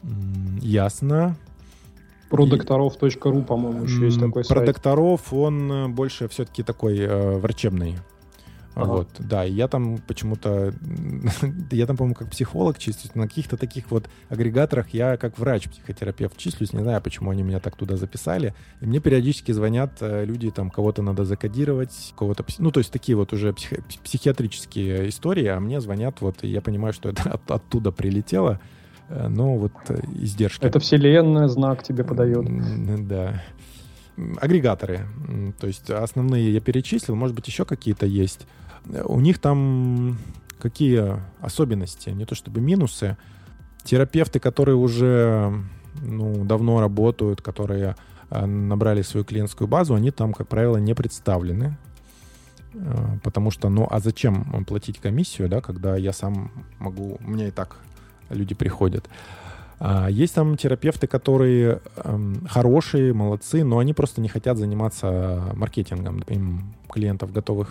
Ясно. Продокторов.ру, по-моему, еще есть такой сайт. Продокторов, он больше все-таки такой врачебный. Ага. Вот, да, и я там почему-то, по-моему, как психолог числюсь, на каких-то таких вот агрегаторах я как врач-психотерапевт числюсь, не знаю, почему они меня так туда записали, и мне периодически звонят люди, там, кого-то надо закодировать, кого-то, ну, то есть такие вот уже психиатрические истории, а мне звонят, вот, и я понимаю, что это оттуда прилетело, но вот издержки. Это вселенная знак тебе подает. Да. Агрегаторы, то есть основные я перечислил, может быть, еще какие-то есть. У них там какие особенности, не то чтобы минусы. Терапевты, которые уже давно работают, которые набрали свою клиентскую базу, они там, как правило, не представлены. Потому что, а зачем платить комиссию, да, когда я сам могу, у меня и так люди приходят. Есть там терапевты, которые хорошие, молодцы, но они просто не хотят заниматься маркетингом. Им клиентов готовых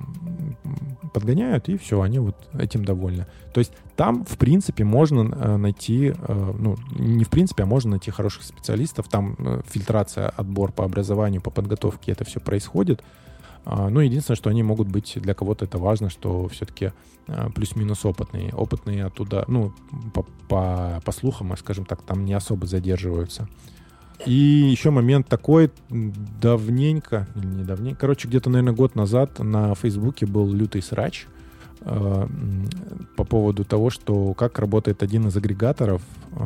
подгоняют, и все, они вот этим довольны. То есть там, в принципе, можно найти, не в принципе, а можно найти хороших специалистов. Там фильтрация, отбор по образованию, по подготовке, это все происходит. Единственное, что они могут быть, для кого-то это важно, что все-таки плюс-минус опытные. Опытные оттуда, по слухам, скажем так, там не особо задерживаются. И еще момент такой, давненько, или не давненько, короче, где-то, наверное, год назад на Фейсбуке был лютый срач по поводу того, что как работает один из агрегаторов,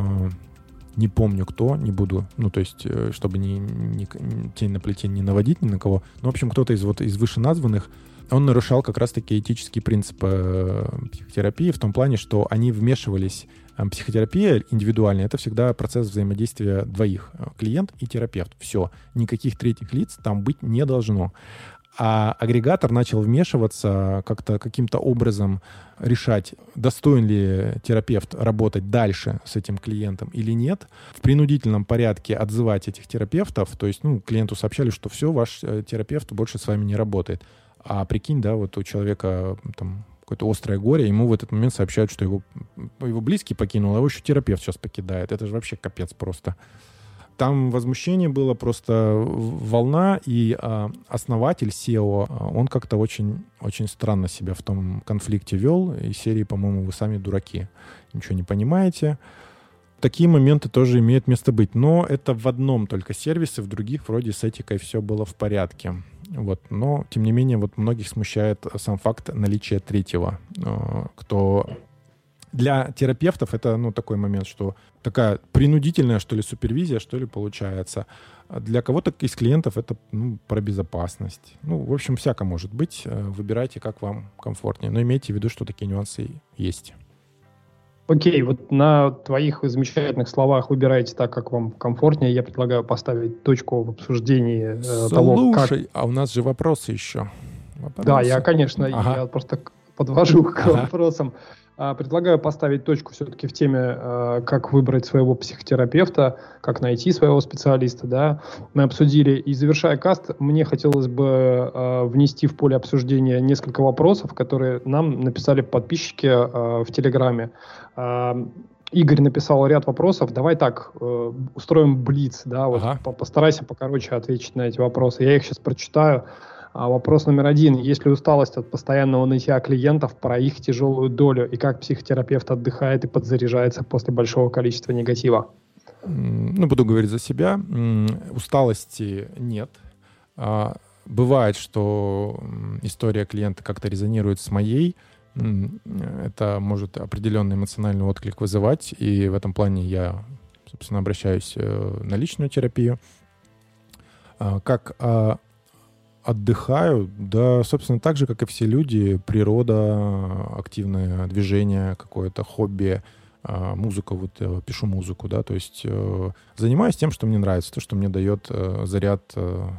не помню кто, не буду, то есть, чтобы тень на плетень не наводить ни на кого. В общем, кто-то из вышеназванных, он нарушал как раз-таки этические принципы психотерапии в том плане, что они вмешивались. Психотерапия индивидуальная — это всегда процесс взаимодействия двоих, клиент и терапевт. Все, никаких третьих лиц там быть не должно. А агрегатор начал вмешиваться, каким-то образом решать, достоин ли терапевт работать дальше с этим клиентом или нет. В принудительном порядке отзывать этих терапевтов. То есть, клиенту сообщали, что все, ваш терапевт больше с вами не работает. А прикинь, да, вот у человека там какое-то острое горе, ему в этот момент сообщают, что его близкий покинул, а его еще терапевт сейчас покидает. Это же вообще капец просто. Там возмущение было, просто волна, и основатель SEO, он как-то очень, очень странно себя в том конфликте вел. Из серии, по-моему, вы сами дураки, ничего не понимаете. Такие моменты тоже имеют место быть. Но это в одном только сервисе, в других вроде с этикой все было в порядке. Вот. Но, тем не менее, вот многих смущает сам факт наличия третьего, кто... Для терапевтов это, такой момент, что такая принудительная, что ли, супервизия, что ли, получается. А для кого-то из клиентов это, про безопасность. В общем, всяко может быть. Выбирайте, как вам комфортнее. Но имейте в виду, что такие нюансы есть. Окей, вот на твоих замечательных словах «выбирайте так, как вам комфортнее», я предлагаю поставить точку в обсуждении того, как... Слушай, а у нас же вопросы еще. Да, я просто подвожу к вопросам. Предлагаю поставить точку все-таки в теме, как выбрать своего психотерапевта, как найти своего специалиста. Да? Мы обсудили. И завершая каст, мне хотелось бы внести в поле обсуждения несколько вопросов, которые нам написали подписчики в Телеграме. Игорь написал ряд вопросов. Давай так, устроим блиц. Да? Постарайся покороче ответить на эти вопросы. Я их сейчас прочитаю. Вопрос номер 1. Есть ли усталость от постоянного нытья клиентов про их тяжелую долю и как психотерапевт отдыхает и подзаряжается после большого количества негатива? Буду говорить за себя. Усталости нет. Бывает, что история клиента как-то резонирует с моей. Это может определенный эмоциональный отклик вызывать. И в этом плане я, собственно, обращаюсь на личную терапию. Как Отдыхаю, да, собственно, так же, как и все люди. Природа, активное движение, какое-то хобби, музыка, вот я пишу музыку, да, то есть занимаюсь тем, что мне нравится, то, что мне дает заряд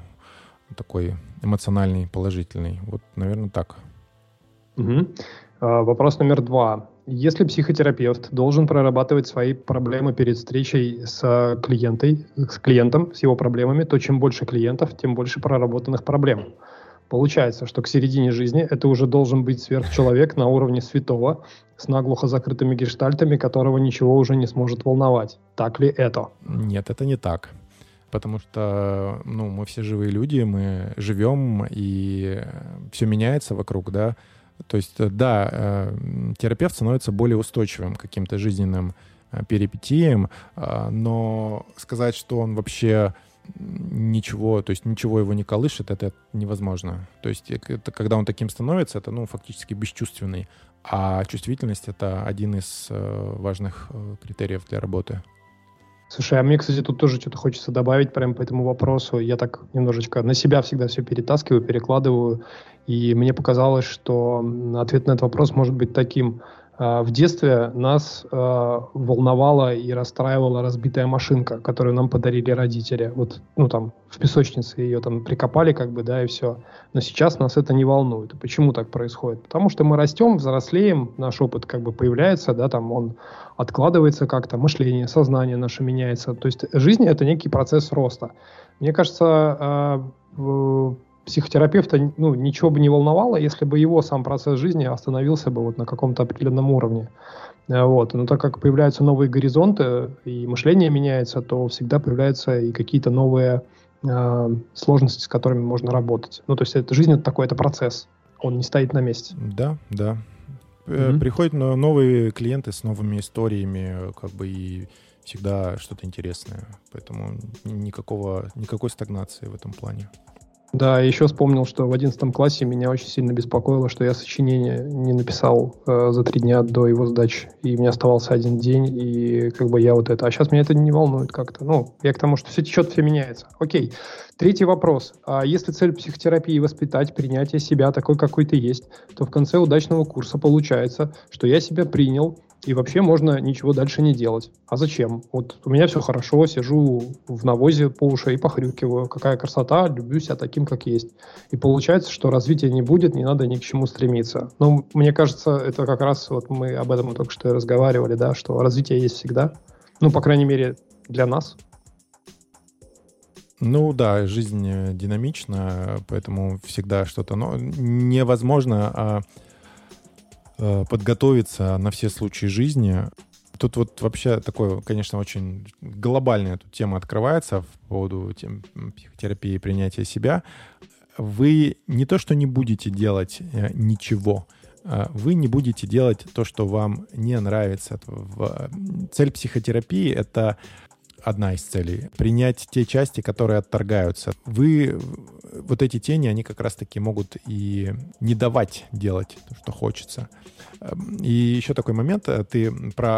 такой эмоциональный, положительный. Вот, наверное, так. Угу. Вопрос номер 2. Если психотерапевт должен прорабатывать свои проблемы перед встречей с клиентом, с его проблемами, то чем больше клиентов, тем больше проработанных проблем. Получается, что к середине жизни это уже должен быть сверхчеловек на уровне святого, с наглухо закрытыми гештальтами, которого ничего уже не сможет волновать. Так ли это? Нет, это не так. Потому что, мы все живые люди, мы живем, и все меняется вокруг, да. То есть, да, терапевт становится более устойчивым к каким-то жизненным перипетиям, но сказать, что он вообще ничего его не колышет, это невозможно. То есть, когда он таким становится, это, фактически бесчувственный. А чувствительность — это один из важных критериев для работы. Слушай, а мне, кстати, тут тоже что-то хочется добавить прямо по этому вопросу. Я так немножечко на себя всегда все перетаскиваю, перекладываю, и мне показалось, что ответ на этот вопрос может быть таким. В детстве нас волновала и расстраивала разбитая машинка, которую нам подарили родители. Вот, там, в песочнице ее там прикопали, и все. Но сейчас нас это не волнует. Почему так происходит? Потому что мы растем, взрослеем, наш опыт появляется, он откладывается как-то, мышление, сознание наше меняется. То есть жизнь — это некий процесс роста. Мне кажется, психотерапевта ничего бы не волновало, если бы его сам процесс жизни остановился бы на каком-то определенном уровне. Но так как появляются новые горизонты и мышление меняется, то всегда появляются и какие-то новые сложности, с которыми можно работать. То есть жизнь — это процесс, он не стоит на месте. Да. Приходят новые клиенты с новыми историями, и всегда что-то интересное. Поэтому никакой стагнации в этом плане. Да, еще вспомнил, что в 11 классе меня очень сильно беспокоило, что я сочинение не написал за 3 дня до его сдачи. И мне оставался 1 день, и я А сейчас меня это не волнует как-то. Я к тому, что все течет, все меняется. Окей. 3-й вопрос. А если цель психотерапии воспитать принятие себя такой, какой ты есть, то в конце удачного курса получается, что я себя принял, и вообще можно ничего дальше не делать. А зачем? У меня все хорошо, сижу в навозе по уши и похрюкиваю. Какая красота, люблю себя таким, как есть. И получается, что развития не будет, не надо ни к чему стремиться. Но мне кажется, это как раз мы об этом только что и разговаривали, да, что развитие есть всегда. По крайней мере, для нас. Да, жизнь динамична, поэтому всегда что-то невозможно подготовиться на все случаи жизни. Тут вообще такое, конечно, очень глобальная тут тема открывается по поводу психотерапии и принятия себя. Вы не то, что не будете делать ничего, вы не будете делать то, что вам не нравится. Цель психотерапии — это одна из целей. Принять те части, которые отторгаются. Эти тени, они как раз-таки могут и не давать делать то, что хочется. И еще такой момент. Ты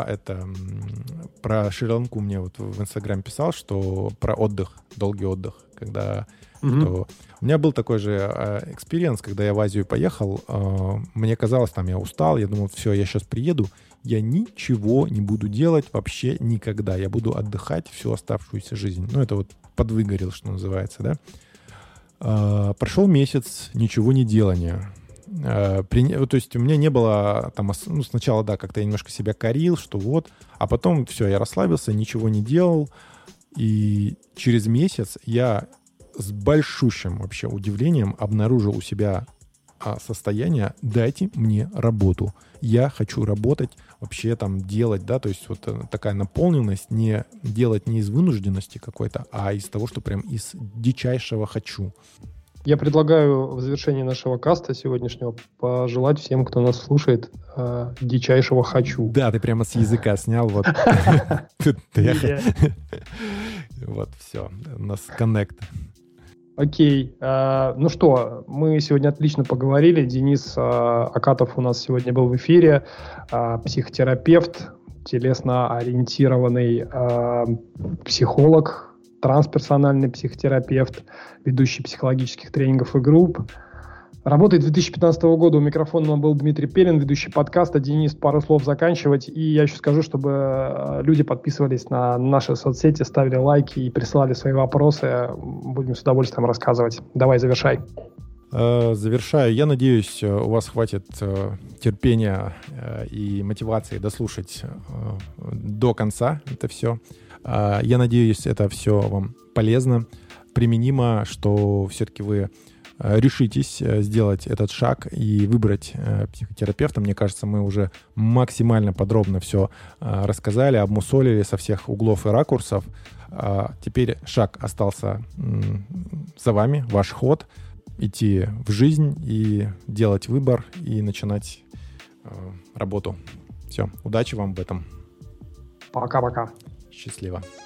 про Шри-Ланку мне в Инстаграм писал, что про отдых, долгий отдых, когда... Что... У меня был такой же экспириенс, когда я в Азию поехал. Мне казалось, я устал, я думал, все, я сейчас приеду, я ничего не буду делать вообще никогда. Я буду отдыхать всю оставшуюся жизнь. Это подвыгорел, что называется, да. Прошел месяц ничего не делания. То есть у меня не было сначала, да, как-то я немножко себя корил, что а потом все, я расслабился, ничего не делал. И через месяц я с большущим вообще удивлением обнаружил у себя состояние: дайте мне работу. Я хочу работать, вообще делать, да, то есть такая наполненность, не делать не из вынужденности какой-то, а из того, что прям из дичайшего хочу. Я предлагаю в завершении нашего каста сегодняшнего пожелать всем, кто нас слушает, дичайшего хочу. Да, ты прямо с языка снял. Вот все, у нас коннект. Окей. Что, мы сегодня отлично поговорили. Денис Акатов у нас сегодня был в эфире. Психотерапевт, телесно-ориентированный психолог, трансперсональный психотерапевт, ведущий психологических тренингов и групп. Работает с 2015 года. У микрофона был Дмитрий Пелин, ведущий подкаста. Денис, пару слов заканчивать. И я еще скажу, чтобы люди подписывались на наши соцсети, ставили лайки и присылали свои вопросы. Будем с удовольствием рассказывать. Давай, завершай. Завершаю. Я надеюсь, у вас хватит терпения и мотивации дослушать до конца это все. Я надеюсь, это все вам полезно, применимо, что все-таки вы решитесь сделать этот шаг и выбрать психотерапевта. Мне кажется, мы уже максимально подробно все рассказали, обмусолили со всех углов и ракурсов. Теперь шаг остался за вами, ваш ход. Идти в жизнь и делать выбор и начинать работу. Все, удачи вам в этом. Пока-пока. Счастливо.